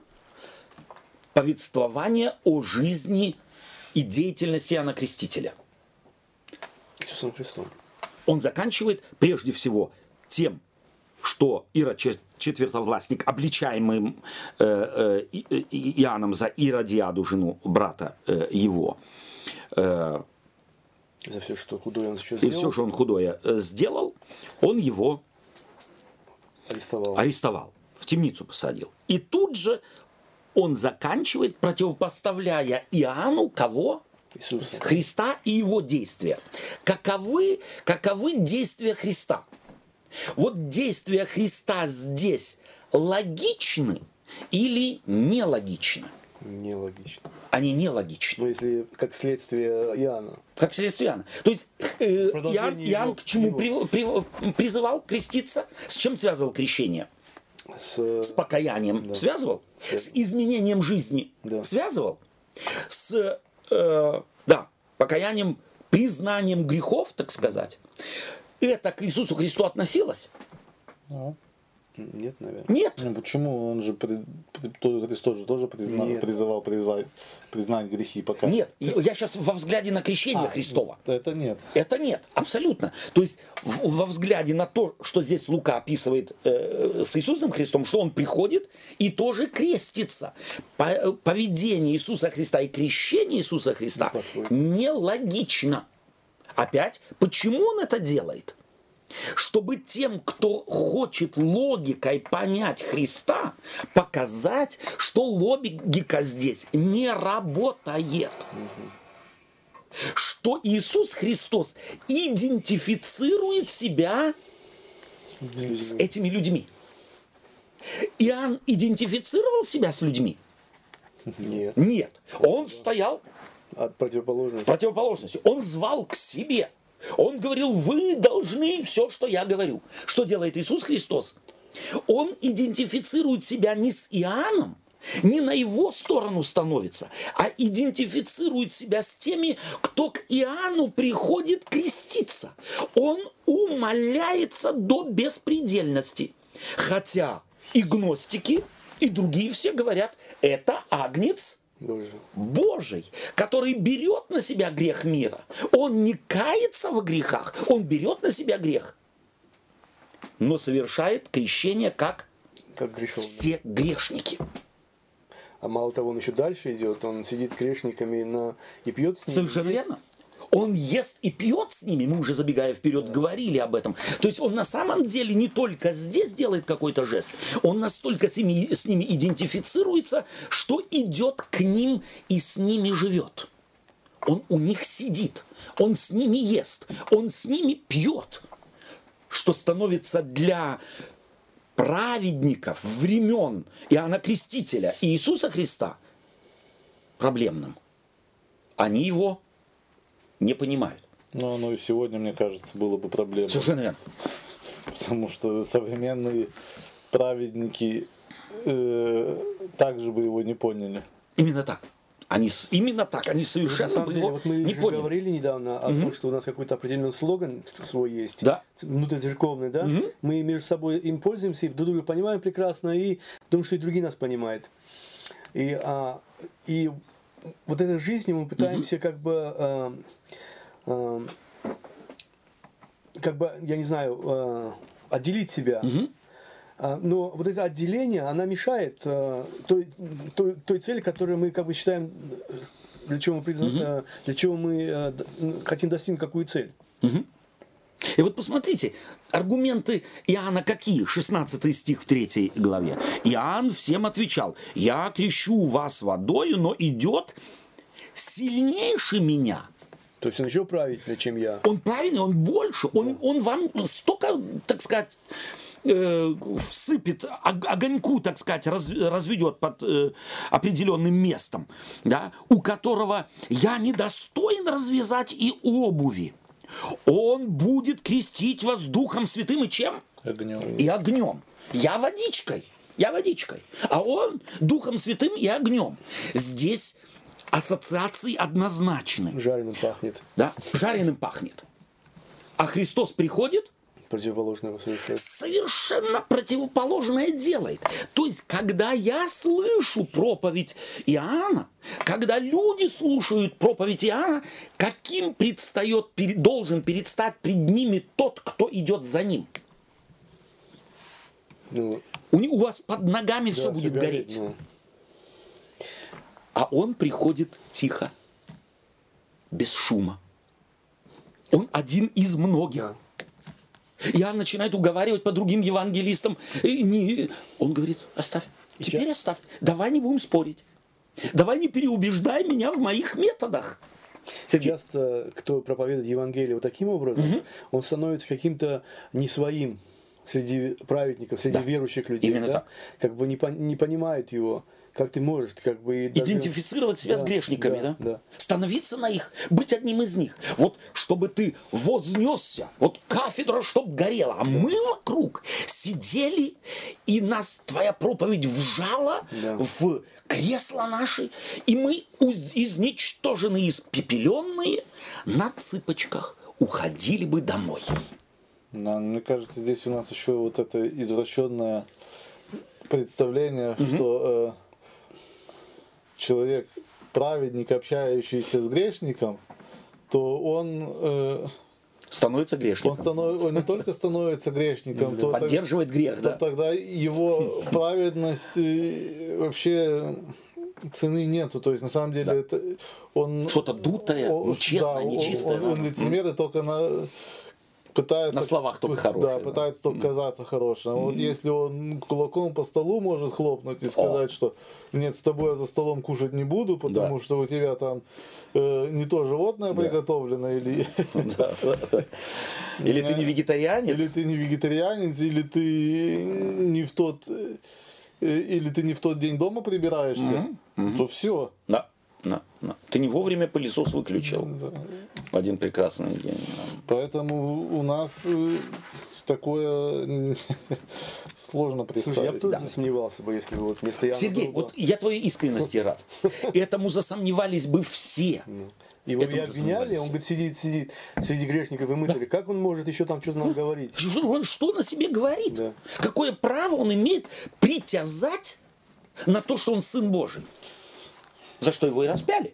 повествование о жизни и деятельности Иоанна Крестителя? Иисусом Христом. Он заканчивает прежде всего тем, что Ирод четвертовластник, обличаемый э, э, Иоанном за Иродиаду, жену брата э, его, э, за все, что худое он еще и сделал, все, что он худое сделал, он его арестовал. арестовал. В темницу посадил. И тут же он заканчивает, противопоставляя Иоанну кого? Иисуса. Христа и его действия. Каковы, каковы действия Христа? Вот действия Христа здесь логичны или нелогичны? Нелогично. Они нелогичны. Ну, если как следствие Иоанна. Как следствие Иоанна. То есть э, Иоанн, Иоанн к чему при, при, призывал креститься? С чем связывал крещение? С, с покаянием. Да. Связывал? Связывал. С изменением жизни. Да. Связывал? С э, да, покаянием, признанием грехов, так сказать. Это к Иисусу Христу относилось? Ну. Нет, наверное. Нет. Ну, почему? Он же, Христос же тоже признал, призывал признать, признать грехи. Пока. Нет, я сейчас во взгляде на крещение а, Христова. Это нет. Это нет, абсолютно. То есть во взгляде на то, что здесь Лука описывает э, с Иисусом Христом, что он приходит и тоже крестится. Поведение Иисуса Христа и крещение Иисуса Христа нелогично. Опять, почему он это делает? Чтобы тем, кто хочет логикой понять Христа, показать, что логика здесь не работает. Что Иисус Христос идентифицирует себя с этими людьми. Иоанн идентифицировал себя с людьми? Нет. Нет. Он стоял от противоположности. в противоположности. Он звал к себе. Он говорил, вы должны все, что я говорю. Что делает Иисус Христос? Он идентифицирует себя не с Иоанном, не на его сторону становится, а идентифицирует себя с теми, кто к Иоанну приходит креститься. Он умаляется до беспредельности. Хотя и гностики, и другие все говорят, это агнец Божий. Божий, который берет на себя грех мира. Он не кается в грехах, он берет на себя грех, но совершает крещение как, Как грешил. все грешники. А мало того, он еще дальше идет, он сидит грешниками на... и пьет с ними. Совершенно верно. Он ест и пьет с ними, мы уже забегая вперед да. говорили об этом. То есть он на самом деле не только здесь делает какой-то жест, он настолько с ними, с ними идентифицируется, что идет к ним и с ними живет. Он у них сидит, он с ними ест, он с ними пьет, что становится для праведников времен Иоанна Крестителя и Иисуса Христа проблемным. Они его не понимают. Ну, оно и сегодня, мне кажется, было бы проблемой. Совершенно верно. Потому что современные праведники э, также бы его не поняли. Именно так. Они, именно так. Они совершенно На бы деле, его вот мы не же поняли. говорили недавно о Мгм. том, что у нас какой-то определенный слоган свой есть. Да. Внутрицерковный, да? Мгм. Мы между собой им пользуемся, и друг друга понимаем прекрасно, и думаю, что и другие нас понимают. И, а, и вот этой жизнью мы пытаемся как бы, а, а, как бы, я не знаю, а, отделить себя. Мгм. А, Но вот это отделение, она мешает а, той, той, той цели, которую мы как бы считаем, для чего мы, призна- а, для чего мы а, д- хотим достигнуть какую цель. Мгм. И вот посмотрите, аргументы Иоанна какие? шестнадцатый стих в третьей главе. Иоанн всем отвечал: «Я крещу вас водою, но идет сильнейший меня». То есть он еще правильнее, чем я. Он правильный, он больше, он, он вам столько, так сказать, э, всыпет, ог- огоньку, так сказать, раз- разведет под э, определенным местом, да, у которого я недостоин развязать и обуви. Он будет крестить вас Духом Святым и чем? Огнем. И огнем. Я водичкой. Я водичкой. А он Духом Святым и огнем. Здесь ассоциации однозначны. Жареным пахнет. Да? Жареным пахнет. А Христос приходит, Противоположного совершенно. совершенно противоположное делает. То есть, когда я слышу проповедь Иоанна, когда люди слушают проповедь Иоанна, каким предстает, перед- должен предстать пред ними тот, кто идет за ним? Ну, У, не- у вас под ногами да, все будет всё гореть. ну. А он приходит тихо, без шума. Он один из многих. Да. Иоанн начинает уговаривать по другим евангелистам. И не- Он говорит: оставь, И теперь ча- оставь. Давай не будем спорить. Давай не переубеждай меня в моих методах. Сергей, Часто, кто проповедует Евангелие вот таким образом, он становится каким-то не своим среди праведников, среди Да. верующих людей. Именно да? так. Как бы не, пон- не понимают его. Как ты можешь, как бы... и даже- идентифицировать себя Да, с грешниками, да, да, да. Становиться на их, быть одним из них. Вот чтобы ты вознесся, вот кафедра, чтоб горела, а мы вокруг сидели, и нас твоя проповедь вжала Да. в кресла наши, и мы уз- изничтоженные, испепеленные, на цыпочках уходили бы домой. Да, мне кажется, здесь у нас еще вот это извращенное представление, что э, человек, праведник, общающийся с грешником, то он, э, Становится он, грешником. станов- он не только становится грешником, то, так- Поддерживает грех, то да. тогда его праведность э, вообще цены нету. То есть на самом деле Да. это он Что-то дутое, о, ну, честное, да, он- нечистое. Он, да. он лицемер и только на пытается На словах только да, хорошее, да. пытается только казаться хорошим. А вот если он кулаком по столу может хлопнуть и сказать, что нет, с тобой я за столом кушать не буду, потому Да. что у тебя там э, не то животное Да. приготовлено, или, Да, да, да. Или ты не вегетарианец? или ты не вегетарианец, или ты не в тот э, или ты не в тот день дома прибираешься, то все. Да, да, да. Ты не вовремя пылесос выключил в один прекрасный день. Да. Поэтому у нас э, такое сложно представить. Слушай, я бы тоже Да. засомневался бы, если бы вот вместо Иоанна Сергей, был бы- вот я твоей искренности рад. Этому засомневались бы все. Его этому и обвиняли, засомневались. он говорит, сидит, сидит среди грешников и мытарей. Как он может еще там что-то нам говорить? Что, он- что он о себе говорит? Да. Какое право он имеет притязать на то, что он Сын Божий? За что его и распяли.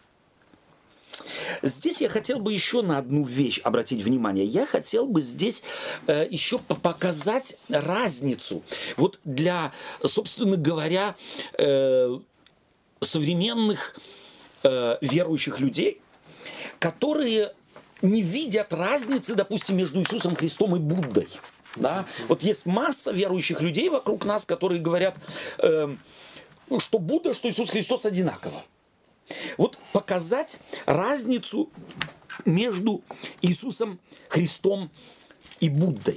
Здесь я хотел бы еще на одну вещь обратить внимание. Я хотел бы здесь э, еще по- показать разницу. Вот для, собственно говоря, э, современных э, верующих людей, которые не видят разницы, допустим, между Иисусом Христом и Буддой. Да? Вот есть масса верующих людей вокруг нас, которые говорят, э, что Будда, что Иисус Христос одинаково. Вот показать разницу между Иисусом Христом и Буддой.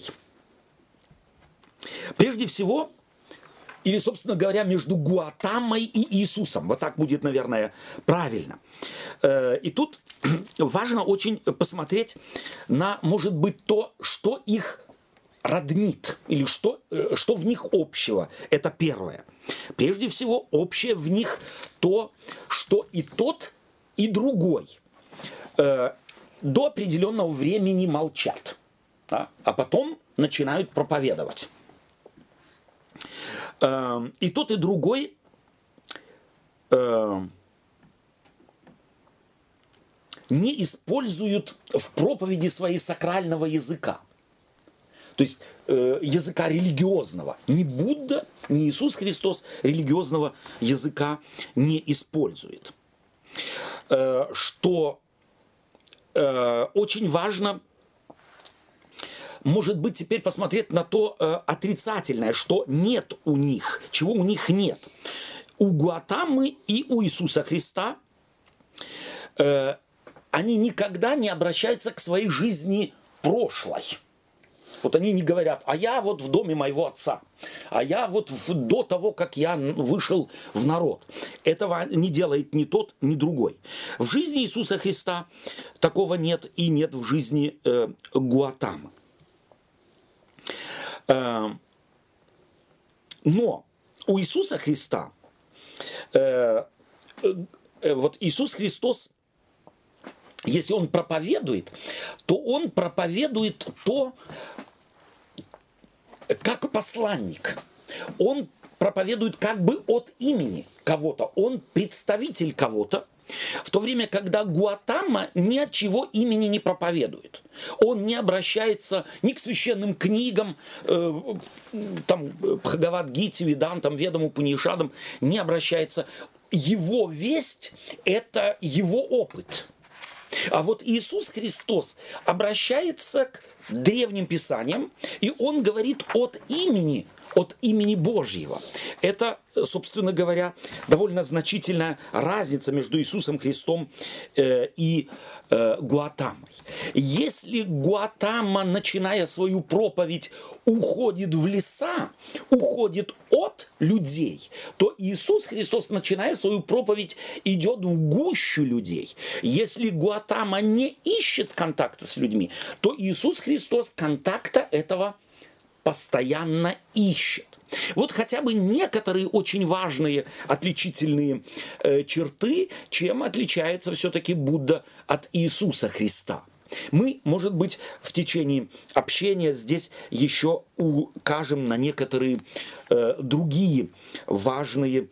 Прежде всего, или, собственно говоря, между Гуатамой и Иисусом. Вот так будет, наверное, правильно. Э, И тут важно очень посмотреть на, может быть, то, что их роднит, или что, э, что в них общего. Это первое. Прежде всего, общее в них то, что и тот, и другой э, до определенного времени молчат, да, а потом начинают проповедовать. Э, и тот, и другой э, не используют в проповеди свои сакрального языка. То есть э, языка религиозного. Ни Будда, ни Иисус Христос религиозного языка не использует. Э, что э, очень важно, может быть, теперь посмотреть на то э, отрицательное, что нет у них, чего у них нет. У Гуатамы и у Иисуса Христа э, они никогда не обращаются к своей жизни прошлой. Вот они не говорят, а я вот в доме моего отца, а я вот в, до того, как я вышел в народ. Этого не делает ни тот, ни другой. В жизни Иисуса Христа такого нет и нет в жизни э, Гуатамы. Э, но у Иисуса Христа, э, э, вот Иисус Христос, если Он проповедует, то Он проповедует то, как посланник. Он проповедует как бы от имени кого-то. Он представитель кого-то. В то время, когда Гуатама ни от чего имени не проповедует. Он не обращается ни к священным книгам, э, там, Бхагавад-гите, Ведантам, Ведам, Упанишадам, не обращается. Его весть – это его опыт. А вот Иисус Христос обращается к древним писаниям, и Он говорит от имени, от имени Божьего. Это, собственно говоря, довольно значительная разница между Иисусом Христом э, и э, Гуатамой. Если Гуатама, начиная свою проповедь, уходит в леса, уходит от людей, то Иисус Христос, начиная свою проповедь, идет в гущу людей. Если Гуатама не ищет контакта с людьми, то Иисус Христос контакта этого постоянно ищет. Вот хотя бы некоторые очень важные отличительные э, черты, чем отличается все-таки Будда от Иисуса Христа. Мы, может быть, в течение общения здесь еще укажем на некоторые э, другие важные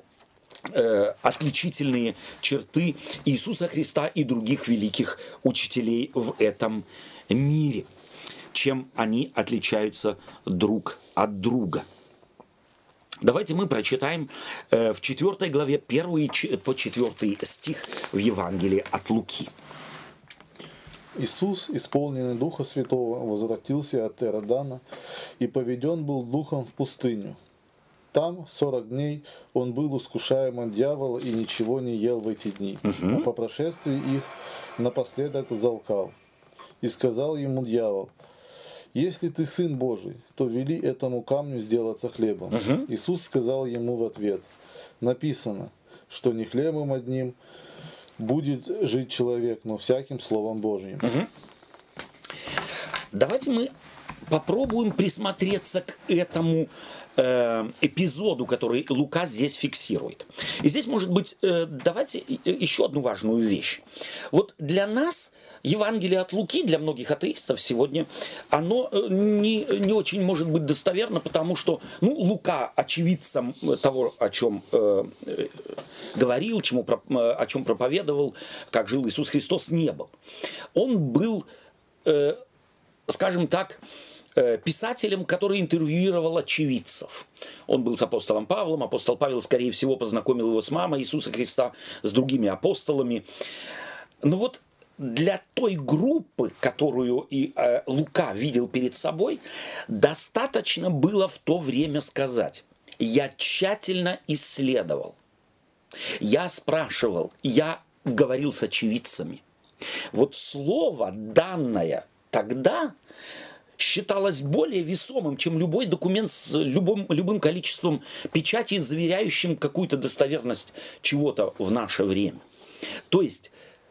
э, отличительные черты Иисуса Христа и других великих учителей в этом мире, чем они отличаются друг от друга. Давайте мы прочитаем э, в четвёртой главе первый по четвёртый стих в Евангелии от Луки. Иисус, исполненный Духа Святого, возвратился от Иордана и поведен был Духом в пустыню. Там сорок дней он был искушаем от дьявола и ничего не ел в эти дни. Uh-huh. А по прошествии их напоследок взалкал. И сказал ему дьявол: «Если ты Сын Божий, то вели этому камню сделаться хлебом». Uh-huh. Иисус сказал ему в ответ: «Написано, что не хлебом одним будет жить человек, но всяким Словом Божьим». Угу. Давайте мы попробуем присмотреться к этому э, эпизоду, который Лука здесь фиксирует. И здесь, может быть, э, давайте еще одну важную вещь. Вот для нас Евангелие от Луки, для многих атеистов сегодня, оно не, не очень может быть достоверно, потому что ну, Лука очевидцем того, о чем э, говорил, чему, о чем проповедовал, как жил Иисус Христос, не был. Он был, э, скажем так, писателем, который интервьюировал очевидцев. Он был с апостолом Павлом. Апостол Павел, скорее всего, познакомил его с мамой Иисуса Христа, с другими апостолами. Но вот для той группы, которую и э, Лука видел перед собой, достаточно было в то время сказать: я тщательно исследовал, я спрашивал, я говорил с очевидцами. Вот слово, данное тогда, считалось более весомым, чем любой документ с любым, любым количеством печатей, заверяющим какую-то достоверность чего-то в наше время. То есть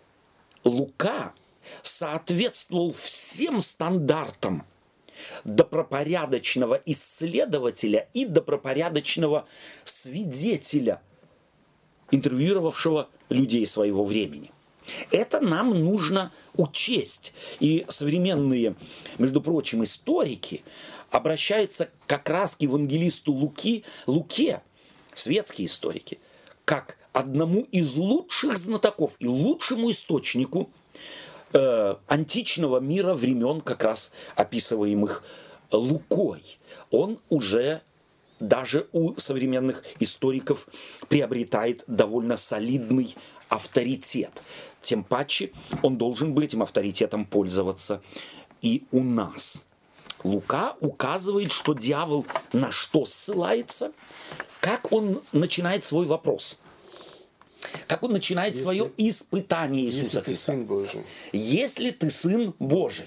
Лука соответствовал всем стандартам добропорядочного исследователя и добропорядочного свидетеля, интервьюировавшего людей своего времени. Это нам нужно учесть. И современные, между прочим, историки обращаются как раз к евангелисту Луки, Луке, светские историки, как одному из лучших знатоков и лучшему источнику э, античного мира времен, как раз описываемых Лукой. Он уже даже у современных историков приобретает довольно солидный авторитет. Тем паче он должен бы этим авторитетом пользоваться и у нас. Лука указывает, что дьявол на что ссылается, как он начинает свой вопрос. Как он начинает если, свое испытание Иисуса если Христа. Ты сын Божий. Если ты сын Божий.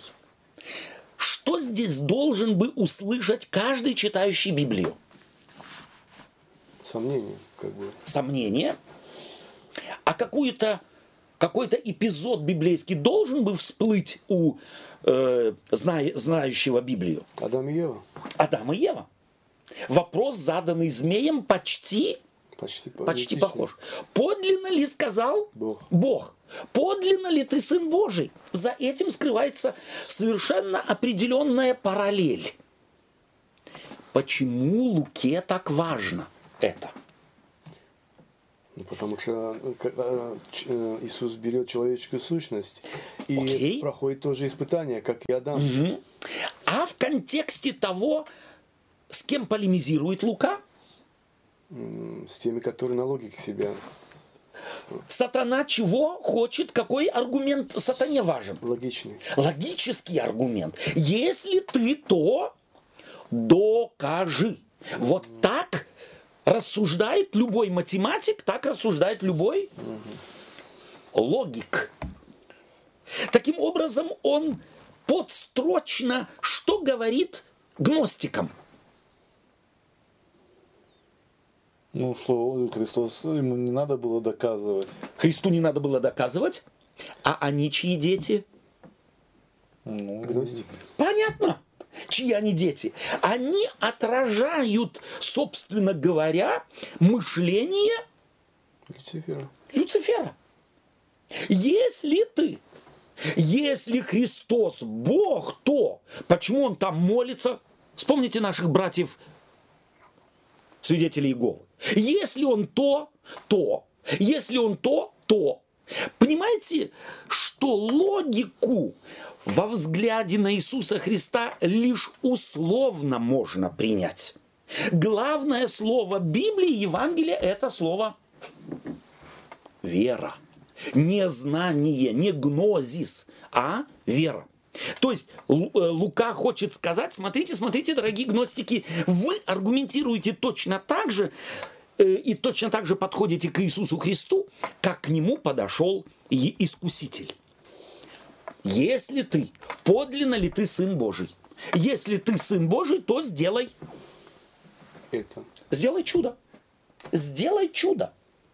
Что здесь должен бы услышать каждый читающий Библию? Сомнение, как бы. Сомнение. А какую-то, какой-то эпизод библейский должен бы всплыть у э, зна, знающего Библию? Адам и Ева. Адам и Ева. Вопрос, заданный змеем, почти... Почти, Почти похож. Подлинно ли сказал Бог. Бог? Подлинно ли ты сын Божий? За этим скрывается совершенно определенная параллель. Почему Луке так важно это? Ну, потому что когда Иисус берет человеческую сущность и Окей. проходит то же испытание, как и Адам. Угу. А в контексте того, с кем полемизирует Лука? С теми, которые на логике себя. Сатана чего хочет? Какой аргумент сатане важен? Логичный. Логический аргумент. Если ты, то докажи. Вот так рассуждает любой математик, так рассуждает любой логик. Таким образом, он подстрочно что говорит гностикам? Ну что, Христос, ему не надо было доказывать. Христу не надо было доказывать, а они чьи дети? Ну, Гностик. Понятно, чьи они дети. Они отражают, собственно говоря, мышление Люцифера. Люцифера. Если ты, если Христос Бог, то почему он там молится? Вспомните наших братьев свидетелей Иеговы. Если он то, то. Если он то, то. Понимаете, что логику во взгляде на Иисуса Христа лишь условно можно принять. Главное слово Библии, Евангелия, это слово вера. Не знание, не гнозис, а вера. То есть Лука хочет сказать: смотрите, смотрите, дорогие гностики, вы аргументируете точно так же и точно так же подходите к Иисусу Христу, как к нему подошел и искуситель. Если ты, подлинно ли ты сын Божий? Если ты сын Божий, то сделай Это. Сделай чудо. Сделай чудо.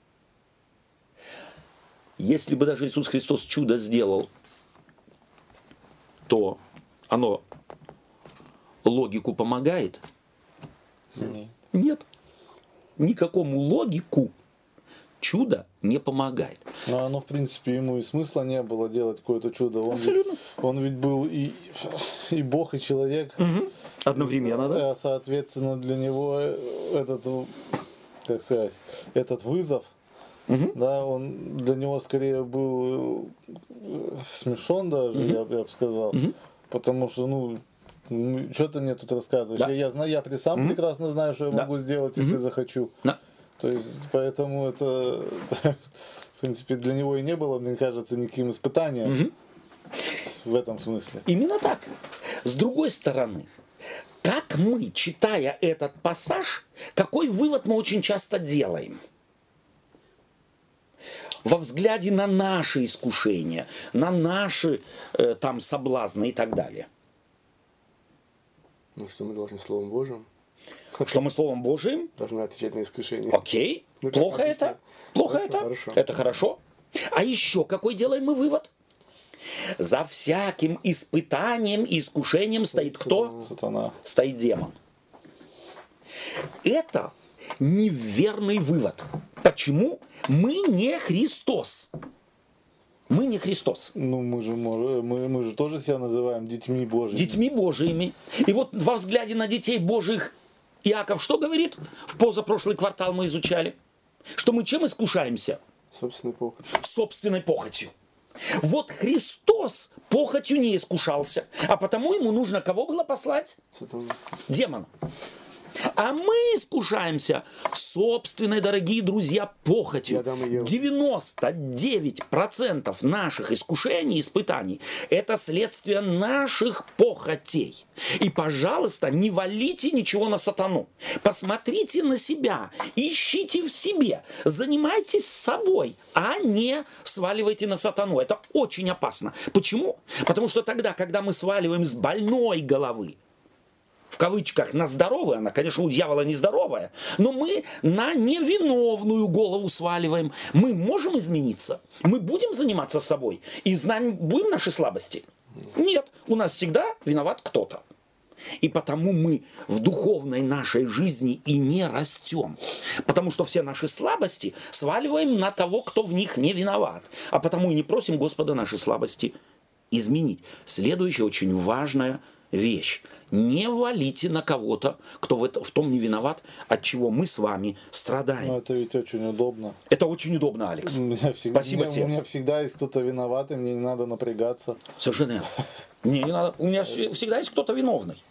Если бы даже Иисус Христос чудо сделал, то оно логику помогает? Нет. Нет. Никакому логику чудо не помогает. Но оно, в принципе, ему и смысла не было делать какое-то чудо. Он ведь, он ведь был и, и Бог, и человек. Угу. Одновременно, да? А, соответственно, для него этот, как сказать, этот вызов, угу. да, он для него скорее был смешон даже, угу. я, я бы сказал. Угу. Потому что, ну, что ты мне тут рассказываешь? Да. Я, я знаю, я сам угу. прекрасно знаю, что я да. могу сделать, если угу. захочу. Да. То есть, поэтому это, в принципе, для него и не было, мне кажется, никаким испытанием угу. в этом смысле. Именно так. С другой стороны, как мы, читая этот пассаж, какой вывод мы очень часто делаем? Во взгляде на наши искушения, на наши э, там соблазны и так далее. Ну, что мы должны Словом Божьим. Что мы Словом Божиим должны отвечать на искушение. Окей. Ну, плохо это? Плохо хорошо, это? Хорошо. Это хорошо. А еще какой делаем мы вывод? За всяким испытанием и искушением стоит кто? Сатана. Стоит демон. Это неверный вывод. Почему? Мы не Христос. Мы не Христос. Ну, мы же, мы, мы же тоже себя называем детьми Божьими. Детьми Божьими. И вот во взгляде на детей Божьих Иаков что говорит? В позапрошлый квартал мы изучали. Что мы чем искушаемся? Собственной похотью. Собственной похотью. Вот Христос похотью не искушался. А потому ему нужно кого было послать? Сатана. Демона. А мы искушаемся собственной, дорогие друзья, похотью. девяносто девять процентов наших искушений и испытаний – это следствие наших похотей. И, пожалуйста, не валите ничего на сатану. Посмотрите на себя, ищите в себе, занимайтесь собой, а не сваливайте на сатану. Это очень опасно. Почему? Потому что тогда, когда мы сваливаем с больной головы, в кавычках, на здоровую, она, конечно, у дьявола нездоровая, но мы на невиновную голову сваливаем. Мы можем измениться? Мы будем заниматься собой? И знаем, будем наши слабости? Нет, у нас всегда виноват кто-то. И потому мы в духовной нашей жизни и не растем. Потому что все наши слабости сваливаем на того, кто в них не виноват. А потому и не просим Господа наши слабости изменить. Следующая очень важная вещь. Не валите на кого-то, кто в, это, в том не виноват, от чего мы с вами страдаем. Но это ведь очень удобно. Это очень удобно, Алекс. У меня всегда, Спасибо мне, тебе. У меня всегда есть кто-то виноватый, мне не надо напрягаться. Совершенно верно. Мне не надо. У меня всегда есть кто-то виновный.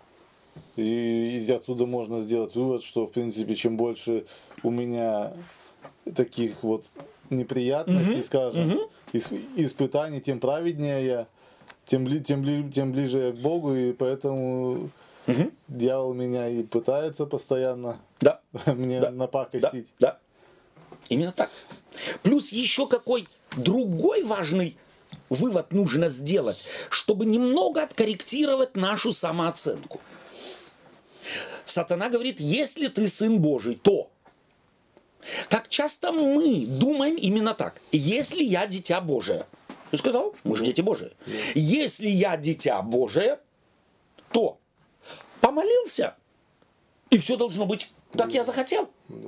И, и отсюда можно сделать вывод, что, в принципе, чем больше у меня таких вот неприятностей, угу, скажем, угу. испытаний, тем праведнее я. Тем, бли, тем, бли, тем ближе я к Богу, и поэтому угу. дьявол меня и пытается постоянно да. мне да. напакостить. Да. да, именно так. Плюс еще какой другой важный вывод нужно сделать, чтобы немного откорректировать нашу самооценку. Сатана говорит, если ты сын Божий, то... Как часто мы думаем именно так. Если я дитя Божие... Ты сказал, мы же дети Божии. Если я дитя Божие, то помолился, и все должно быть, как я захотел.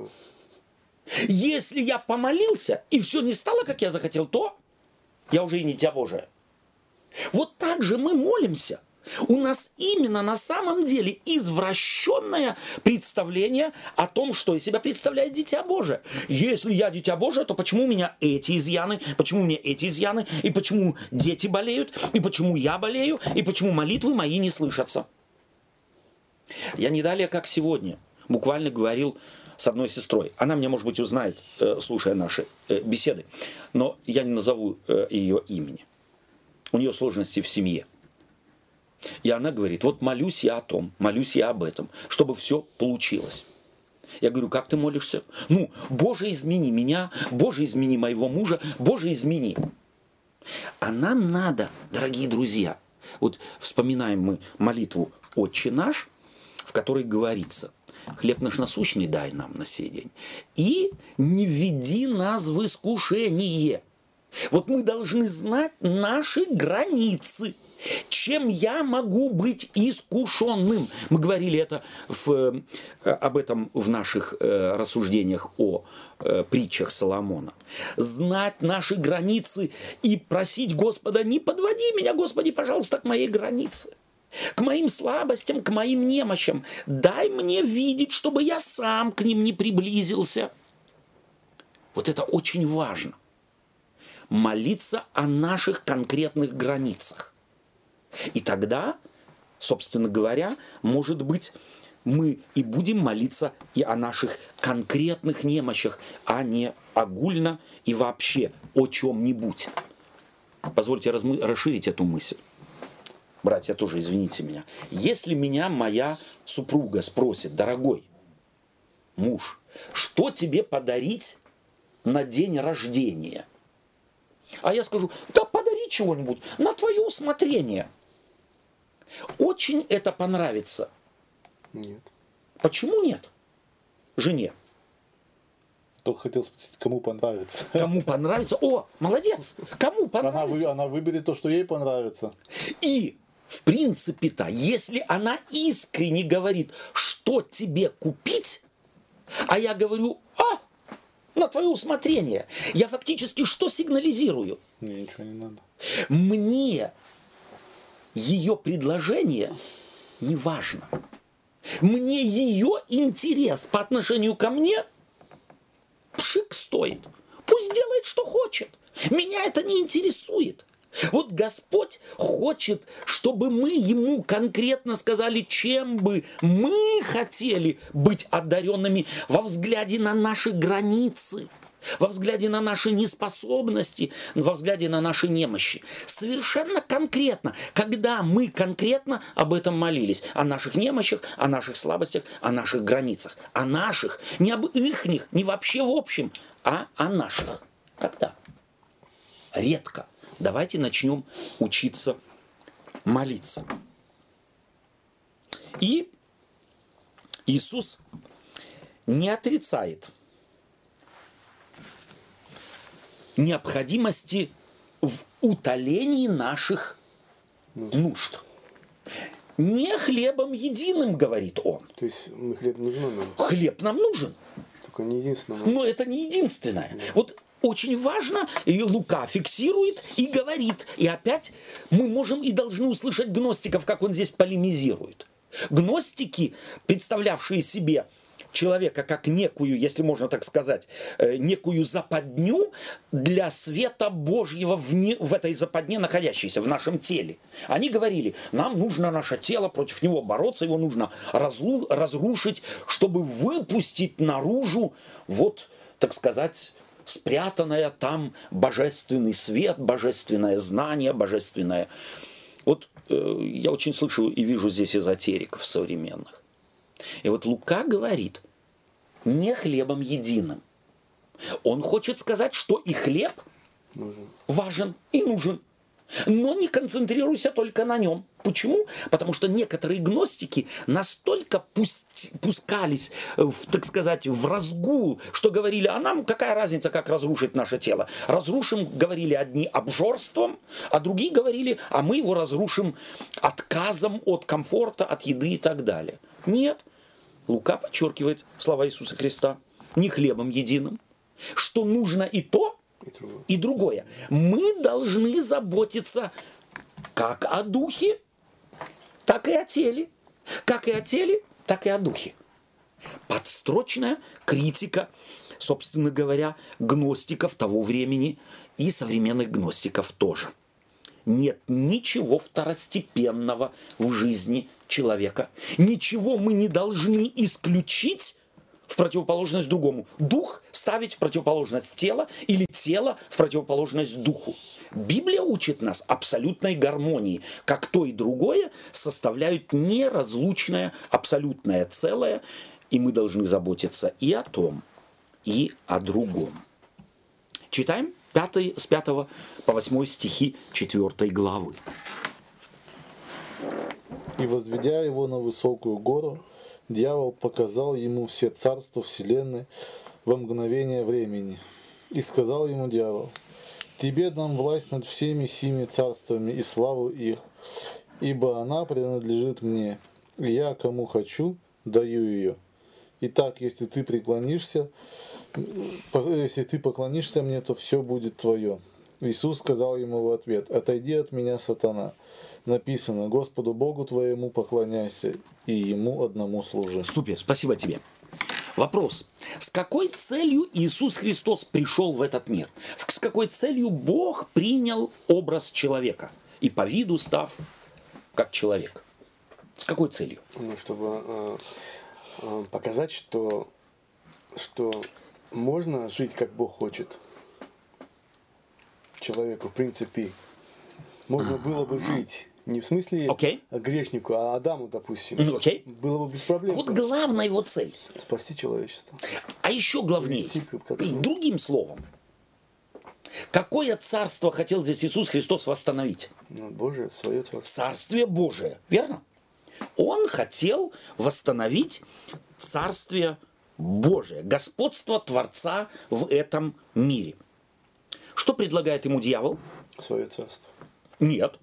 Если я помолился, и все не стало, как я захотел, то я уже и не дитя Божие. Вот так же мы молимся. У нас именно на самом деле извращенное представление о том, что из себя представляет Дитя Божие. Если я Дитя Божие, то почему у меня эти изъяны, почему у меня эти изъяны, и почему дети болеют, и почему я болею, и почему молитвы мои не слышатся. Я не далее, как сегодня, буквально говорил с одной сестрой. Она меня, может быть, узнает, слушая наши беседы, но я не назову ее имени. У нее сложности в семье. И она говорит, вот молюсь я о том, молюсь я об этом, чтобы все получилось. Я говорю, как ты молишься? Ну, Боже, измени меня, Боже, измени моего мужа, Боже, измени. А нам надо, дорогие друзья, вот вспоминаем мы молитву «Отче наш», в которой говорится, хлеб наш насущный дай нам на сей день, и не введи нас в искушение. Вот мы должны знать наши границы. Чем я могу быть искушенным? Мы говорили это в, об этом в наших рассуждениях о притчах Соломона. Знать наши границы и просить Господа: не подводи меня, Господи, пожалуйста, к моей границе, к моим слабостям, к моим немощам. Дай мне видеть, чтобы я сам к ним не приблизился. Вот это очень важно. Молиться о наших конкретных границах. И тогда, собственно говоря, может быть, мы и будем молиться и о наших конкретных немощах, а не огульно и вообще о чем-нибудь. Позвольте размы- расширить эту мысль. Братья, тоже извините меня. Если меня моя супруга спросит: дорогой муж, что тебе подарить на день рождения? А я скажу: да подари чего-нибудь на твое усмотрение. Очень это понравится. Нет. Почему нет? Жене. Только хотел спросить, кому понравится. Кому понравится? О, молодец! Кому понравится? Она, вы, она выберет то, что ей понравится. И, в принципе-то, если она искренне говорит, что тебе купить, а я говорю: а, на твое усмотрение, я фактически что сигнализирую? Мне ничего не надо. Мне ее предложение не важно. Мне ее интерес по отношению ко мне пшик стоит. Пусть делает, что хочет. Меня это не интересует. Вот Господь хочет, чтобы мы Ему конкретно сказали, чем бы мы хотели быть одаренными во взгляде на наши границы, во взгляде на наши неспособности, во взгляде на наши немощи. Совершенно конкретно, когда мы конкретно об этом молились, о наших немощах, о наших слабостях, о наших границах, о наших, не об ихних, не вообще в общем, а о наших. Когда? Редко. Давайте начнем учиться молиться. И Иисус не отрицает необходимости в утолении наших нужд. Не хлебом единым, говорит он. То есть хлеб нужен нам? Хлеб нам нужен. Только не единственное. Но это не единственное. Вот очень важно, и Лука фиксирует и говорит. И опять мы можем и должны услышать гностиков, как он здесь полемизирует. Гностики, представлявшие себе человека как некую, если можно так сказать, некую западню для света Божьего в, не, в этой западне, находящейся в нашем теле. Они говорили: нам нужно наше тело, против него бороться, его нужно разлу, разрушить, чтобы выпустить наружу, вот, так сказать, спрятанное там божественный свет, божественное знание, божественное. Вот э, я очень слышу и вижу здесь эзотериков современных. И вот Лука говорит: не хлебом единым. Он хочет сказать, что и хлеб нужен. Важен и нужен. Но не концентрируйся только на нем. Почему? Потому что некоторые гностики настолько пусть, пускались, в, так сказать, в разгул, что говорили: а нам какая разница, как разрушить наше тело? Разрушим, говорили одни, обжорством, а другие говорили: а мы его разрушим отказом от комфорта, от еды и так далее. Нет. Лука подчеркивает слова Иисуса Христа: не хлебом единым, что нужно и то, и другое. Мы должны заботиться как о духе, так и о теле. Как и о теле, так и о духе. Подстрочная критика, собственно говоря, гностиков того времени и современных гностиков тоже. Нет ничего второстепенного в жизни человека. Ничего мы не должны исключить в противоположность другому. Дух ставить в противоположность тела или тело в противоположность духу. Библия учит нас абсолютной гармонии, как то и другое составляют неразлучное абсолютное целое, и мы должны заботиться и о том, и о другом. Читаем пятый, с пятого по восьмой стихи четвёртой главы. «И возведя его на высокую гору, дьявол показал ему все царства вселенной во мгновение времени. И сказал ему дьявол: тебе дам власть над всеми сими царствами и славу их, ибо она принадлежит мне, и я кому хочу, даю ее. Итак, если ты преклонишься, если ты поклонишься мне, то все будет твое. Иисус сказал ему в ответ: отойди от меня, сатана. Написано: Господу Богу твоему поклоняйся и Ему одному служи. Супер, спасибо тебе. Вопрос. С какой целью Иисус Христос пришел в этот мир? С какой целью Бог принял образ человека и по виду став как человек? С какой целью? Ну, чтобы э, э, показать, что, что можно жить, как Бог хочет. Человеку, в принципе, можно было бы жить. Не в смысле okay. грешнику, а Адаму, допустим. Okay. Было бы без проблем. А вот главная его цель. Спасти человечество. А еще главнее, другим словом, какое царство хотел здесь Иисус Христос восстановить? Ну, Божие, свое царство. Царствие Божие, верно? Он хотел восстановить царствие Божие, господство Творца в этом мире. Что предлагает ему дьявол? Свое царство. Нет.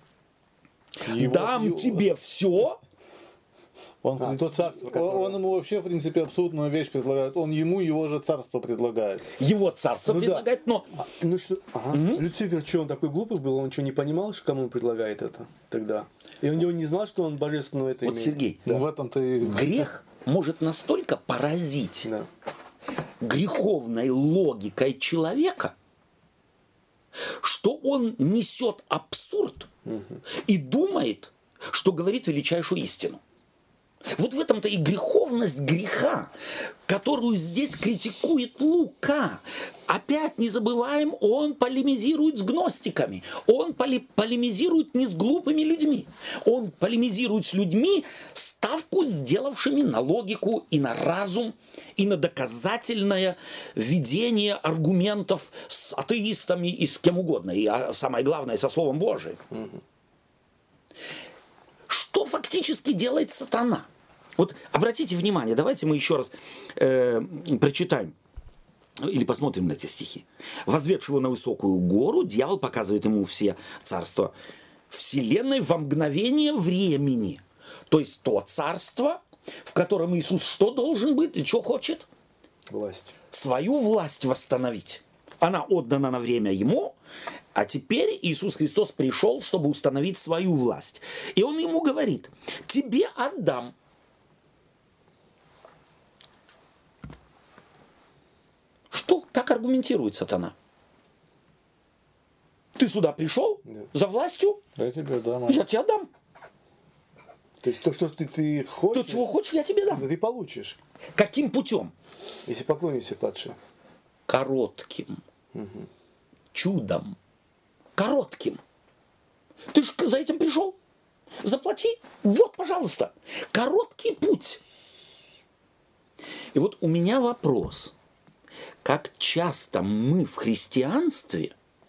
Его, Дам его... тебе все. Он, а, то царство, которое... он ему вообще, в принципе, абсурдную вещь предлагает. Он ему его же царство предлагает. Его царство ну, предлагает, да. но... А, ну что, ага. угу. Люцифер, что он такой глупый был? Он что, не понимал, что кому он предлагает это тогда? И он не знал, что он божественного это вот, имеет? Сергей, да. в этом-то и... грех может настолько поразить да. греховной логикой человека, что он несет абсурд угу. и думает, что говорит величайшую истину. Вот в этом-то и греховность греха, которую здесь критикует Лука. Опять не забываем, он полемизирует с гностиками. Он поле- полемизирует не с глупыми людьми. Он полемизирует с людьми, ставку сделавшими на логику и на разум, и на доказательное введение аргументов с атеистами и с кем угодно. И самое главное, со Словом Божиим. Угу. Что фактически делает сатана? Вот обратите внимание, давайте мы еще раз э, прочитаем или посмотрим на эти стихи. «Возведшего на высокую гору, дьявол показывает ему все царства вселенной во мгновение времени». То есть то царство, в котором Иисус что должен быть и что хочет? Власть. Свою власть восстановить. Она отдана на время ему, а теперь Иисус Христос пришел, чтобы установить свою власть. И он ему говорит: тебе отдам. Что, как аргументирует сатана? Ты сюда пришел да. за властью? Я тебе дам. Я тебе дам. То есть то, что ты, ты хочешь, то, чего хочешь, я тебе дам. Ты получишь. Каким путем? Если поклонишься падшим. Коротким. Угу. Чудом. Коротким. Ты же за этим пришел. Заплати. Вот, пожалуйста. Короткий путь. И вот у меня вопрос. Как часто мы в христианстве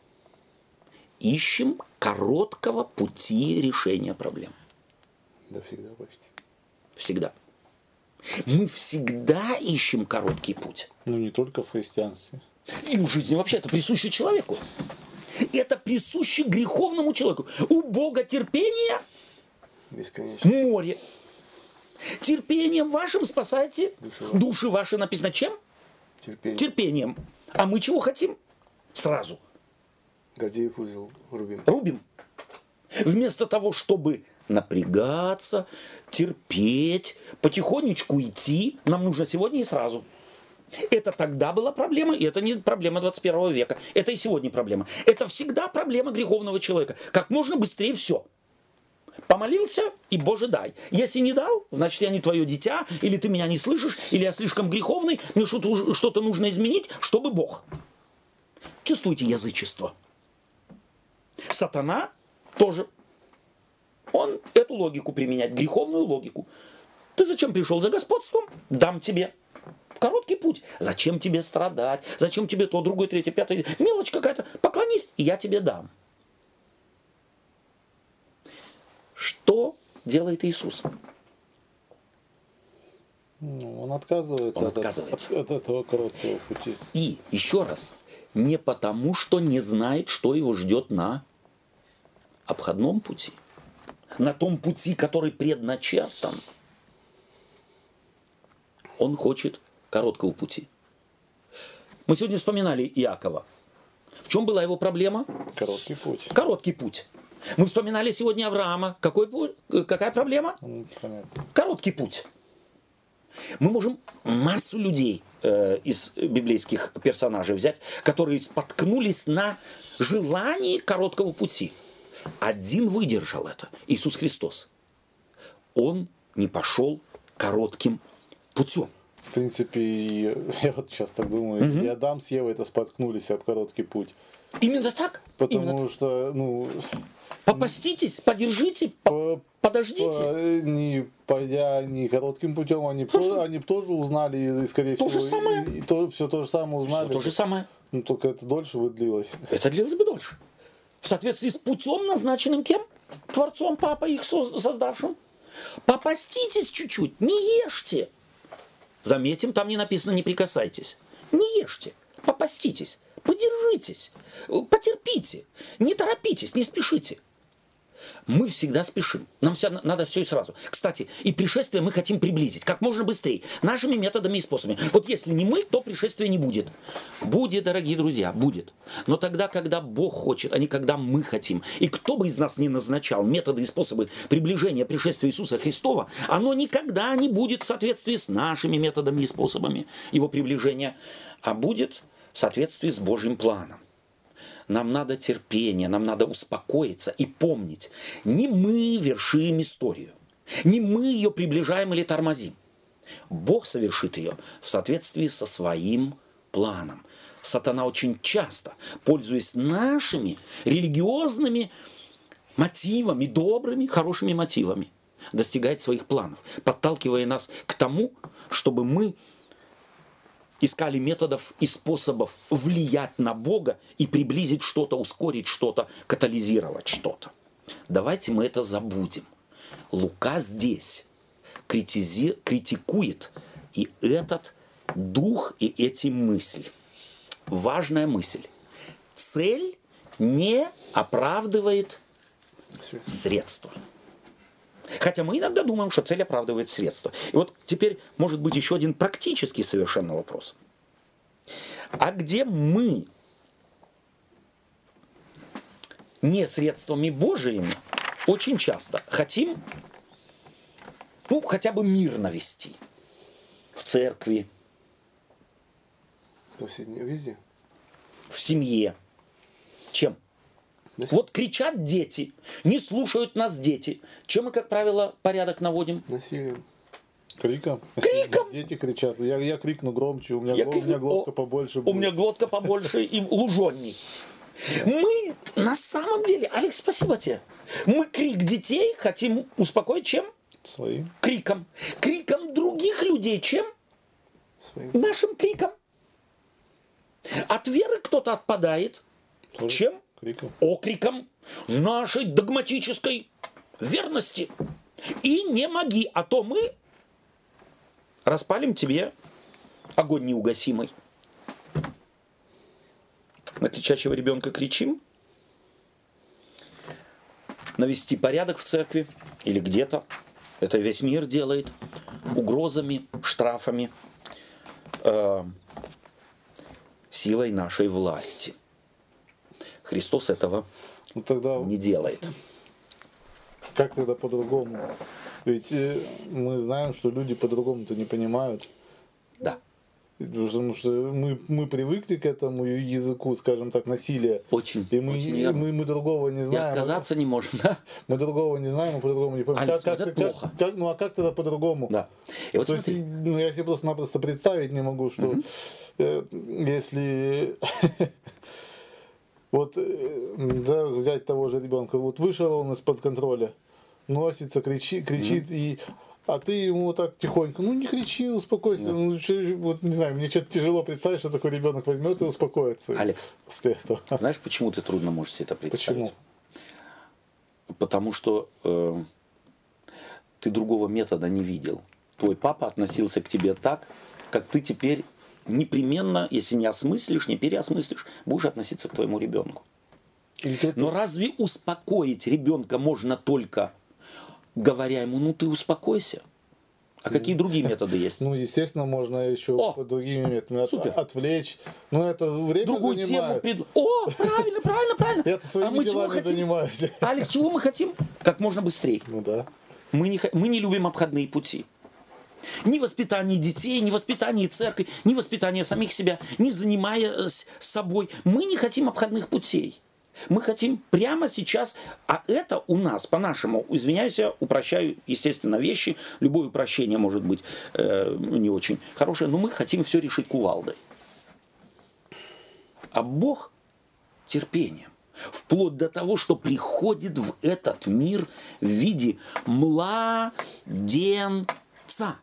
ищем короткого пути решения проблем? Да, всегда почти. Всегда. Мы всегда ищем короткий путь. Ну, не только в христианстве. И в жизни вообще это присуще человеку. Это присуще греховному человеку. У Бога терпение бесконечно. Море. Терпением вашим спасайте души ваши. Души ваши. Написано чем? Терпением. Терпением. А мы чего хотим? Сразу. Гордеев узел рубим. Рубим. Вместо того, чтобы напрягаться, терпеть, потихонечку идти, нам нужно сегодня и сразу. Это тогда была проблема, и это не проблема двадцать первого века. Это и сегодня проблема. Это всегда проблема греховного человека. Как можно быстрее все. Помолился, и Боже дай. Если не дал, значит я не твое дитя, или ты меня не слышишь, или я слишком греховный, мне что-то, что-то нужно изменить, чтобы Бог. Чувствуете язычество? Сатана тоже. Он эту логику применяет, греховную логику. Ты зачем пришел за господством? Дам тебе. Короткий путь. Зачем тебе страдать? Зачем тебе то, другое, третье, пятое? Мелочь какая-то. Поклонись, и я тебе дам. Что делает Иисус? Ну, он отказывается, он от, отказывается от, от этого короткого пути. И еще раз. не потому, что не знает, что его ждет на обходном пути, на том пути, который предначертан. Он хочет короткого пути. Мы сегодня вспоминали Иакова. В чем была его проблема? Короткий путь. Короткий путь. Мы вспоминали сегодня Авраама. Какой путь? Какая проблема? Ну, понятно. Короткий путь. Мы можем массу людей э, из библейских персонажей взять, которые споткнулись на желании короткого пути. Один выдержал это. Иисус Христос. Он не пошел коротким путем. В принципе, и я вот сейчас так думаю, Мгм. и Адам с Евой это споткнулись об короткий путь. Именно так. Потому Именно так. что, ну, Попаститесь, подержите, по- по- подождите. по- не пойдя не коротким путем, они, Хорошо. тоже, они б тоже узнали, и, и, скорее То всего, же самое. и, и то, все то же самое узнали. Всё то же самое. Ну, только это дольше бы длилось. Это длилось бы дольше. В соответствии с путем, назначенным кем? Творцом, папой их соз- создавшим. Попаститесь чуть-чуть, не ешьте. Заметим, там не написано «не прикасайтесь». Не ешьте, попаститесь, подержитесь, потерпите, не торопитесь, не спешите. Мы всегда спешим. Нам вся, надо все и сразу. Кстати, и пришествие мы хотим приблизить как можно быстрее. Нашими методами и способами. Вот если не мы, то пришествия не будет. Будет, дорогие друзья, будет. Но тогда, когда Бог хочет, а не когда мы хотим. И кто бы из нас ни назначал методы и способы приближения пришествия Иисуса Христова, оно никогда не будет в соответствии с нашими методами и способами его приближения, а будет в соответствии с Божьим планом. Нам надо терпение, нам надо успокоиться и помнить, не мы вершим историю, не мы ее приближаем или тормозим. Бог совершит ее в соответствии со своим планом. Сатана очень часто, пользуясь нашими религиозными мотивами, добрыми, хорошими мотивами, достигает своих планов, подталкивая нас к тому, чтобы мы искали методов и способов влиять на Бога и приблизить что-то, ускорить что-то, катализировать что-то. Давайте мы это забудем. Лука здесь критизи- критикует и этот дух, и эти мысли. Важная мысль. Цель не оправдывает средства. Хотя мы иногда думаем, что цель оправдывает средства. И вот теперь может быть еще один практический совершенно вопрос. А где мы не средствами Божиими очень часто хотим, ну, хотя бы мир навести в церкви, Повседневно, везде. в семье. Чем? Да. Вот кричат дети, не слушают нас дети. Чем мы, как правило, порядок наводим? Насилием. Криком. Криком? Дети кричат. Я, я крикну громче, у меня, Я гло- у меня крикну, глотка о, побольше У будет. меня глотка побольше и лужонней. Мы на самом деле, Алекс, спасибо тебе. Мы крик детей хотим успокоить чем? Своим. Криком. Криком других людей чем? Своим. Нашим криком. От веры кто-то отпадает. Тоже Чем? Криком. Окриком нашей догматической верности. И не моги, а то мы распалим тебе огонь неугасимый. На кричащего ребенка кричим. Навести порядок в церкви или где-то. Это весь мир делает. Угрозами, штрафами, э, силой нашей власти. Христос этого Ну тогда не делает. как тогда по-другому? Ведь э, мы знаем, что люди по-другому-то не понимают. Да. Потому что мы, мы привыкли к этому языку, скажем так, насилия. Очень, И мы, очень и верно. мы, мы другого не И знаем. отказаться не можем, да? Мы другого не знаем, мы по-другому не понимаем. Алекс, как, вот как, это как- плохо. как- ну а как тогда по-другому? Да. И вот То есть, смотри, ну, я себе просто-напросто представить не могу, что э, если вот э, да, взять того же ребенка, вот вышел он из-под контроля, носится, кричит, кричит, и а ты ему вот так тихонько, ну не кричи, успокойся. Ну, чё, вот не знаю, мне что-то тяжело представить, что такой ребенок возьмет и успокоится. Алекс, После этого. знаешь, почему ты трудно можешь себе это представить? Почему? Потому что э, ты другого метода не видел. Твой папа относился к тебе так, как ты теперь непременно, если не осмыслишь, не переосмыслишь, будешь относиться к твоему ребенку. Но разве успокоить ребенка можно только говоря ему, ну ты успокойся? А какие другие методы есть? Ну, естественно, можно еще О, по другими методами супер. отвлечь. Но это время Другую занимает. тему пред... О, правильно, правильно, правильно. Я-то своими а мы чего делами хотим? занимаюсь. Алекс, чего мы хотим? Как можно быстрее. Ну да. Мы не, мы не любим обходные пути. Ни воспитание детей, ни воспитание церкви, ни воспитание самих себя, ни занимаясь собой. Мы не хотим обходных путей. Мы хотим прямо сейчас, а это у нас, по-нашему, извиняюсь, я упрощаю, естественно, вещи, любое упрощение может быть э, не очень хорошее, но мы хотим все решить кувалдой. А Бог терпением, вплоть до того, что приходит в этот мир в виде младенца.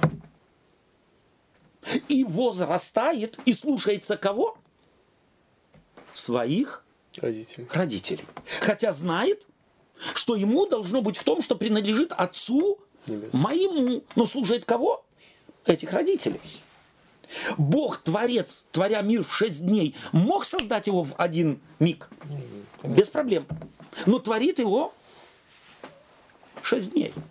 И возрастает, и слушается кого? Своих Родители. родителей. Хотя знает, что ему должно быть в том, что принадлежит отцу Небес. моему. Но слушает кого? Этих родителей. Бог, Творец, творя мир в шесть дней, мог создать его в один миг? Без проблем. Но творит его шесть дней.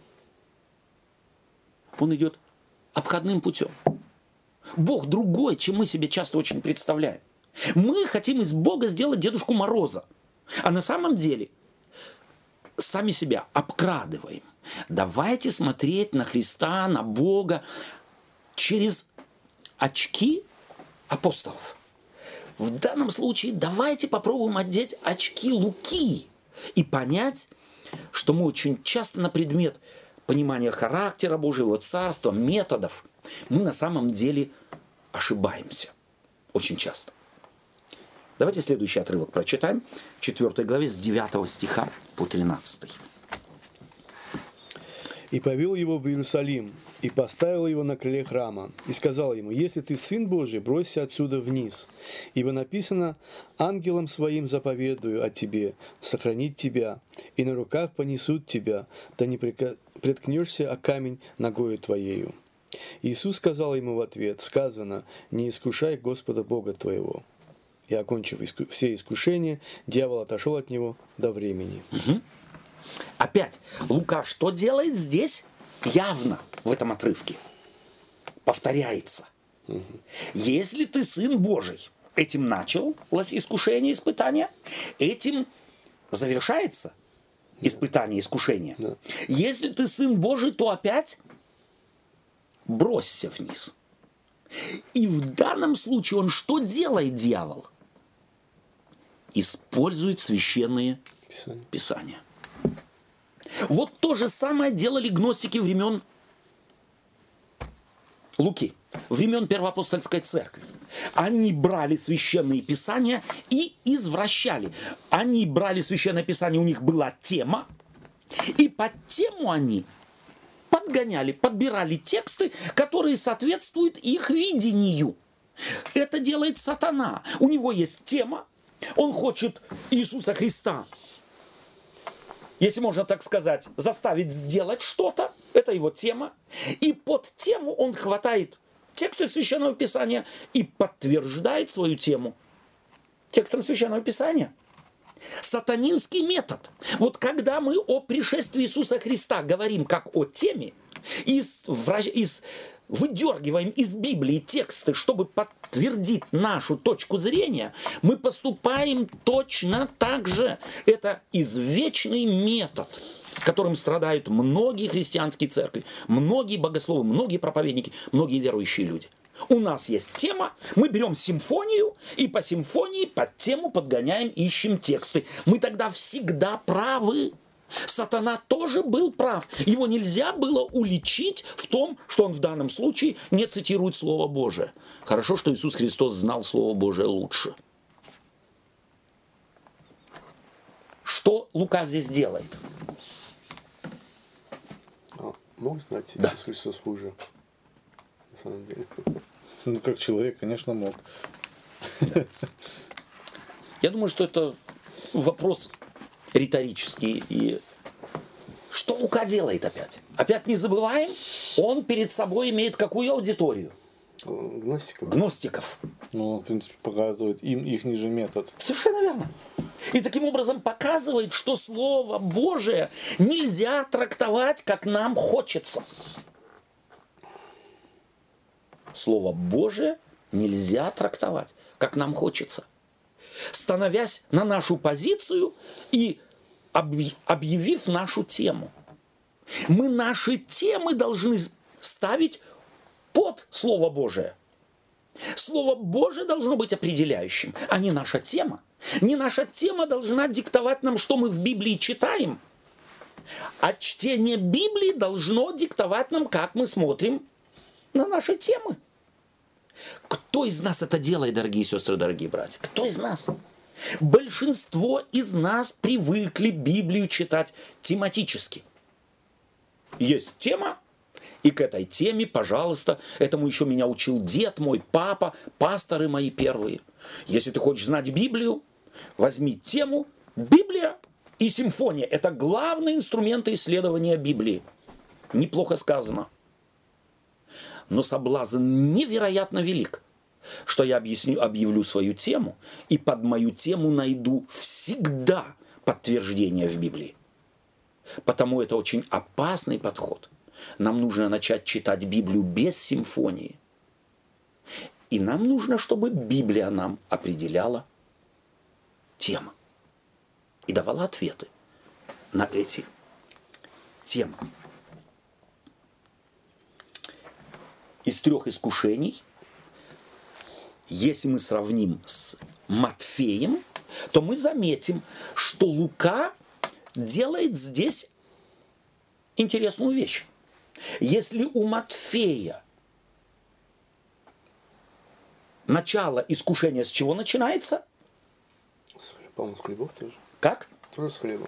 Он идет обходным путем. Бог другой, чем мы себе часто очень представляем. Мы хотим из Бога сделать Дедушку Мороза. А на самом деле сами себя обкрадываем. Давайте смотреть на Христа, на Бога через очки апостолов. В данном случае давайте попробуем одеть очки Луки и понять, что мы очень часто на предмет понимания характера Божьего Царства, методов, мы на самом деле ошибаемся. Очень часто. Давайте следующий отрывок прочитаем. В четвёртой главе с девятого стиха по тринадцатый. «И повел его в Иерусалим, и поставил его на крыле храма, и сказал ему, если ты сын Божий, бросься отсюда вниз, ибо написано, ангелам своим заповедую о тебе, сохранить тебя, и на руках понесут тебя, да не преткнешься о камень ногою твоею. Иисус сказал ему в ответ, сказано, не искушай Господа Бога твоего. И, окончив иску- все искушения, дьявол отошел от него до времени». Угу. Опять, Лука что делает здесь? Явно в этом отрывке. Повторяется. Угу. Если ты сын Божий, этим началось искушение, испытание, этим завершается испытание, искушение. Да. Если ты сын Божий, то опять бросься вниз. И в данном случае он что делает, дьявол? Использует священные Писание. Писания. Вот то же самое делали гностики времен Луки, времен Первоапостольской церкви. Они брали священные писания и извращали. Они брали священное писание, у них была тема, и под тему они подгоняли, подбирали тексты, которые соответствуют их видению. Это делает сатана. У него есть тема, он хочет Иисуса Христа, если можно так сказать, заставить сделать что-то, это его тема, и под тему он хватает тексты Священного Писания и подтверждает свою тему текстом Священного Писания. Сатанинский метод. Вот когда мы о пришествии Иисуса Христа говорим как о теме, из, из, выдергиваем из Библии тексты, чтобы подтвердить нашу точку зрения, мы поступаем точно так же. Это извечный метод, которым страдают многие христианские церкви, многие богословы, многие проповедники, многие верующие люди. У нас есть тема, мы берем симфонию и по симфонии под тему подгоняем, ищем тексты. Мы тогда всегда правы. Сатана тоже был прав. Его нельзя было уличить в том, что он в данном случае не цитирует Слово Божие. Хорошо, что Иисус Христос знал Слово Божие лучше. Что Лука здесь делает? А, мог знать Иисус Да. Христос хуже? На самом деле. Ну, как человек, конечно, мог. Я думаю, что это вопрос риторический. И что Лука делает опять? Опять не забываем, он перед собой имеет какую аудиторию? Гностиков. Гностиков. Ну, в принципе, показывает им их же метод. Совершенно верно. И таким образом показывает, что Слово Божие нельзя трактовать, как нам хочется. Слово Божие нельзя трактовать, как нам хочется. Становясь на нашу позицию и объявив нашу тему. Мы наши темы должны ставить под Слово Божие. Слово Божие должно быть определяющим, а не наша тема. Не наша тема должна диктовать нам, что мы в Библии читаем, а чтение Библии должно диктовать нам, как мы смотрим на наши темы. Кто из нас это делает, дорогие сестры, дорогие братья? Кто из нас? Большинство из нас привыкли Библию читать тематически. Есть тема, и к этой теме, пожалуйста, этому еще меня учил дед мой, папа, пасторы мои первые. Если ты хочешь знать Библию, возьми тему «Библия и симфония». Это главные инструменты исследования Библии. Неплохо сказано. Но соблазн невероятно велик, что я объясню, объявлю свою тему, и под мою тему найду всегда подтверждение в Библии. Потому это очень опасный подход. Нам нужно начать читать Библию без симфонии. И нам нужно, чтобы Библия нам определяла темы и давала ответы на эти темы. Из трех искушений, если мы сравним с Матфеем, то мы заметим, что Лука делает здесь интересную вещь. Если у Матфея начало искушения с чего начинается? По-моему, с хлебов тоже. Как? Тоже с хлебов.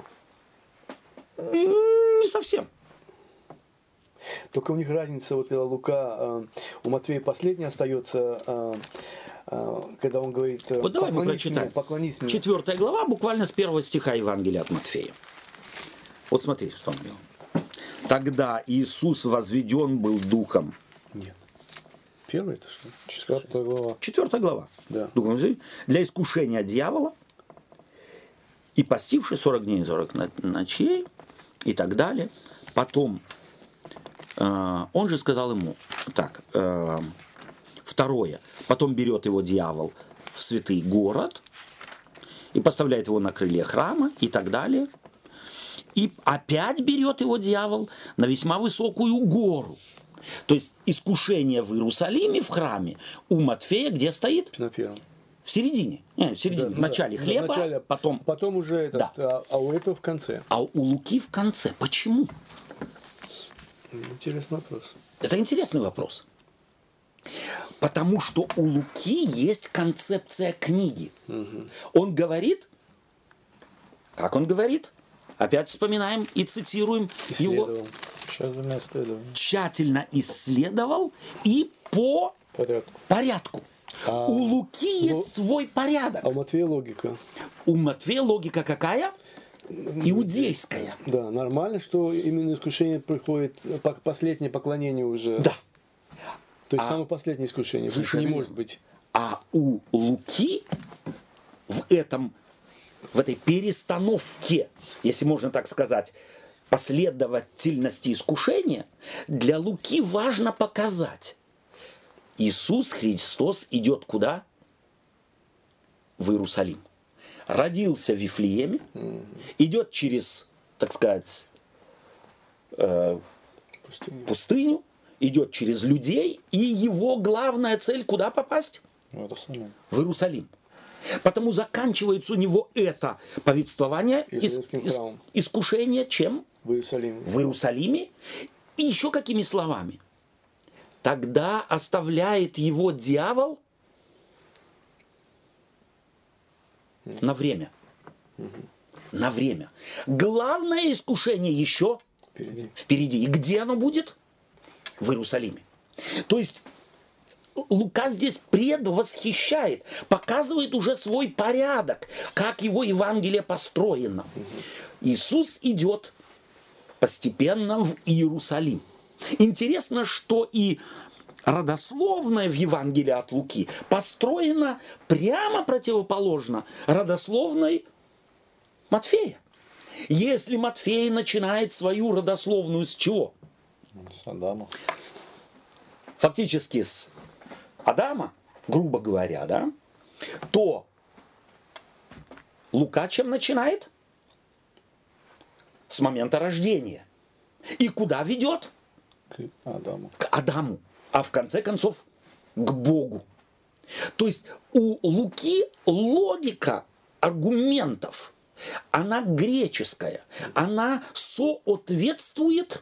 Не совсем. Только у них разница, вот когда Лука, э, у Матфея последний остается, э, э, когда он говорит, э, вот давай мы поклонись прочитаем. мне, поклонись мне. Четвертая глава, буквально с первого стиха Евангелия от Матфея. Вот смотри, что он говорил. Тогда Иисус возведен был духом. Нет. Первый это что? Четвертая глава. Четвертая глава. Да. Духом возведен. Для искушения дьявола. И постивший сорок дней и сорок ночей. И так далее. Потом э, он же сказал ему, так, э, второе. Потом берет его дьявол в святый город. И поставляет его на крыле храма. И так далее. И опять берет его дьявол на весьма высокую гору. То есть искушение в Иерусалиме, в храме, у Матфея где стоит? На первом. В середине. Не, в середине. Да, в начале да, хлеба, в начале, потом... Потом уже этот, Да. а, а у этого в конце. А у Луки в конце. Почему? Интересный вопрос. Это интересный вопрос. Потому что у Луки есть концепция книги. Угу. Он говорит, как он говорит? Опять вспоминаем и цитируем его. Исследовал. Сейчас время исследования. Тщательно исследовал и по Порядку. порядку. А, у Луки есть ну, свой порядок. А у Матфея логика. У Матфея логика какая? Иудейская. Да, нормально, что именно искушение приходит, пок- последнее поклонение уже. Да. То есть А- самое последнее искушение. Выше Совершенно не верно. может быть. А у Луки в этом, в этой перестановке, если можно так сказать, последовательности искушения, для Луки важно показать. Иисус Христос идет куда? В Иерусалим. Родился в Вифлееме, идет через, так сказать, э, Пустыня. пустыню, идет через людей, и его главная цель куда попасть? В Иерусалим. В Иерусалим. Потому заканчивается у него это повествование, ис- Иерусалимским ис- храмом. искушение чем? В Иерусалиме. В Иерусалиме. И еще какими словами? Тогда оставляет его дьявол на время. На время. Главное искушение еще Впереди. впереди. И где оно будет? В Иерусалиме. То есть Лука здесь предвосхищает, показывает уже свой порядок, как его Евангелие построено. Иисус идет постепенно в Иерусалим. Интересно, что и родословная в Евангелии от Луки построена прямо противоположно родословной Матфея. Если Матфей начинает свою родословную с чего? С Адама. Фактически с Адама, грубо говоря, да, то Лука чем начинает? С момента рождения. И куда ведет? К Адаму. К Адаму. А в конце концов к Богу. То есть у Луки логика аргументов, она греческая, она соответствует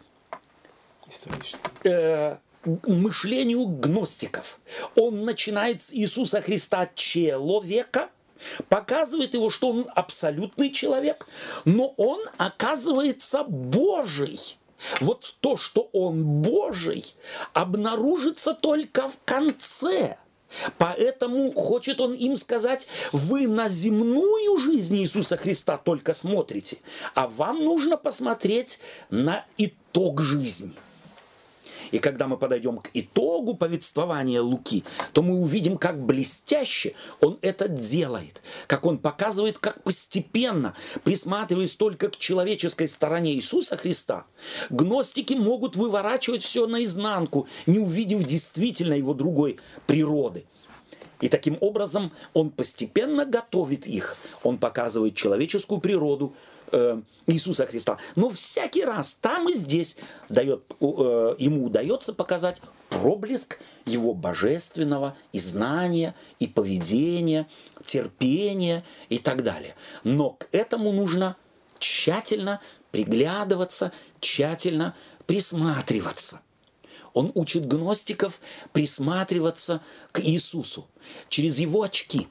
э, мышлению гностиков. Он начинает с Иисуса Христа человека, показывает его, что он абсолютный человек, но он оказывается Божий. Вот то, что он Божий, обнаружится только в конце. Поэтому хочет он им сказать: вы на земную жизнь Иисуса Христа только смотрите, а вам нужно посмотреть на итог жизни. И когда мы подойдем к итогу повествования Луки, то мы увидим, как блестяще он это делает, как он показывает, как постепенно, присматриваясь только к человеческой стороне Иисуса Христа, гностики могут выворачивать все наизнанку, не увидев действительно его другой природы. И таким образом он постепенно готовит их, он показывает человеческую природу Иисуса Христа. Но всякий раз там и здесь дает, э, ему удается показать проблеск его божественного и знания, и поведения, терпения и так далее. Но к этому нужно тщательно приглядываться, тщательно присматриваться. Он учит гностиков присматриваться к Иисусу через его очки.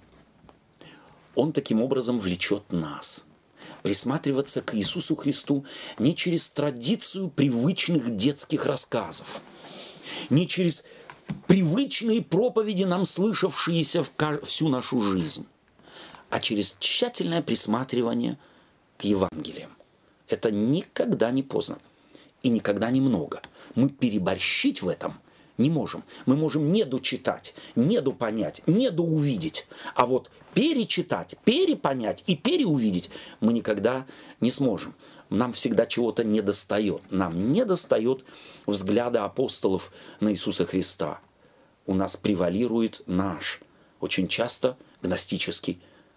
Он таким образом влечет нас. Присматриваться к Иисусу Христу не через традицию привычных детских рассказов, не через привычные проповеди, нам слышавшиеся всю нашу жизнь, а через тщательное присматривание к Евангелиям. Это никогда не поздно и никогда не много. Мы переборщить в этом не можем. Мы можем недочитать, недопонять, недоувидеть. А вот перечитать, перепонять и переувидеть мы никогда не сможем. Нам всегда чего-то недостает. Нам недостает взгляда апостолов на Иисуса Христа. У нас превалирует наш, очень часто гностический,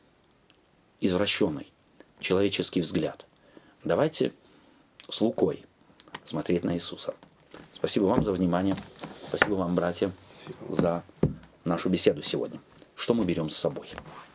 извращенный человеческий взгляд. Давайте с Лукой смотреть на Иисуса. Спасибо вам за внимание. Спасибо вам, братья, за нашу беседу сегодня. Что мы берем с собой?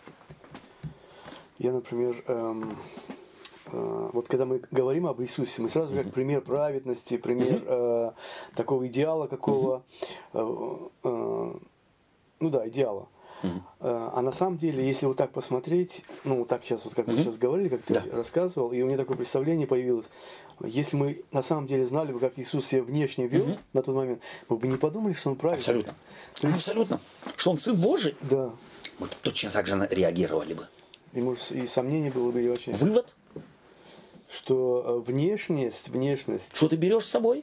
Я, например, эм, э, вот когда мы говорим об Иисусе, мы сразу как пример праведности, пример э, такого идеала какого, э, э, ну да, идеала. Uh-huh. А на самом деле, если вот так посмотреть, ну вот так сейчас, вот как uh-huh. мы сейчас говорили, как ты да. рассказывал, и у меня такое представление появилось, если мы на самом деле знали бы, как Иисус себя внешне вел uh-huh. на тот момент, мы бы не подумали, что он праведный. Абсолютно. есть... Абсолютно. Что он Сын Божий, да. мы точно так же реагировали бы. И, может, и сомнений было бы и очень. Вывод? Что внешность, внешность... Что ты берешь с собой?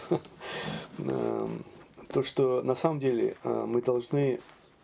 То, что на самом деле мы должны...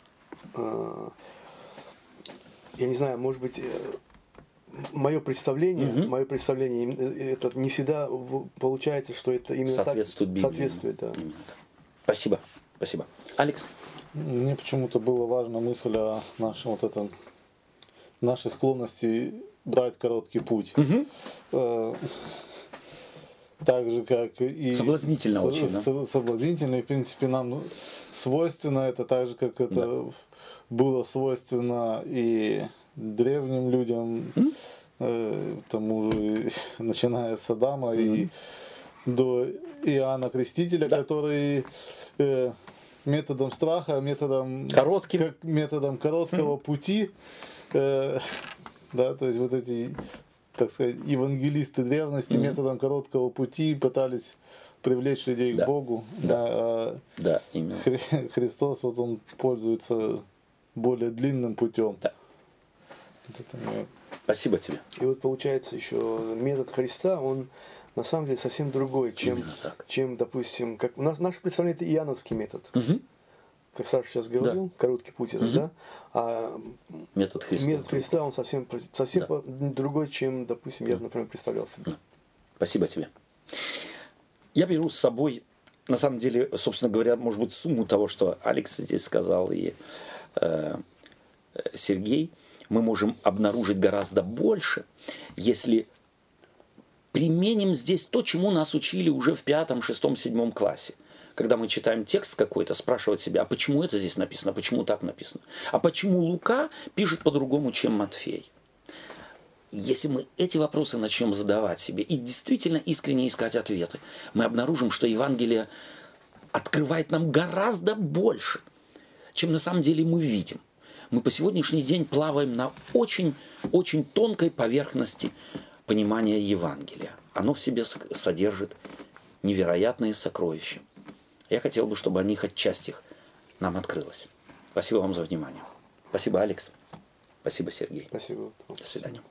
Я не знаю, может быть, мое представление, угу. мое представление, это не всегда получается, что это именно соответствует так Библии. Соответствует, да. Именно так. Спасибо, спасибо. Алекс? Мне почему-то было важна мысль о нашем вот этом, нашей склонности брать короткий путь. Угу. Так же, как и... Соблазнительно с, очень, с, да? Соблазнительно, и, в принципе, нам свойственно это так же, как это да. было свойственно и древним людям, mm-hmm. э, тому же, начиная с Адама mm-hmm. и до Иоанна Крестителя, да. который э, методом страха, методом, Коротким. как, методом короткого mm-hmm. пути, э, да, то есть вот эти... так сказать, евангелисты древности mm-hmm. методом короткого пути пытались привлечь людей да. к Богу. Да, а да именно. Хри- Христос, вот он пользуется более длинным путем. Да. Вот это мне... Спасибо тебе. И вот получается еще метод Христа, он на самом деле совсем другой, чем, чем допустим, как у нас наше представление это иоанновский метод. Угу. Как Саша сейчас говорил, да. Короткий путь это, угу. да? А метод Христа, метод Христа он совсем, совсем да. другой, чем, допустим, я, например, представлял себе. Да. Спасибо тебе. Я беру с собой, на самом деле, собственно говоря, может быть, сумму того, что Алекс здесь сказал и э, Сергей, мы можем обнаружить гораздо больше, если применим здесь то, чему нас учили уже в пятом, шестом, седьмом классе. Когда мы читаем текст какой-то, спрашивать себя, а почему это здесь написано, а почему так написано? А почему Лука пишет по-другому, чем Матфей? Если мы эти вопросы начнем задавать себе и действительно искренне искать ответы, мы обнаружим, что Евангелие открывает нам гораздо больше, чем на самом деле мы видим. Мы по сегодняшний день плаваем на очень-очень тонкой поверхности понимания Евангелия. Оно в себе содержит невероятные сокровища. Я хотел бы, чтобы о них отчасти нам открылось. Спасибо вам за внимание. Спасибо, Алекс. Спасибо, Сергей. Спасибо. До свидания.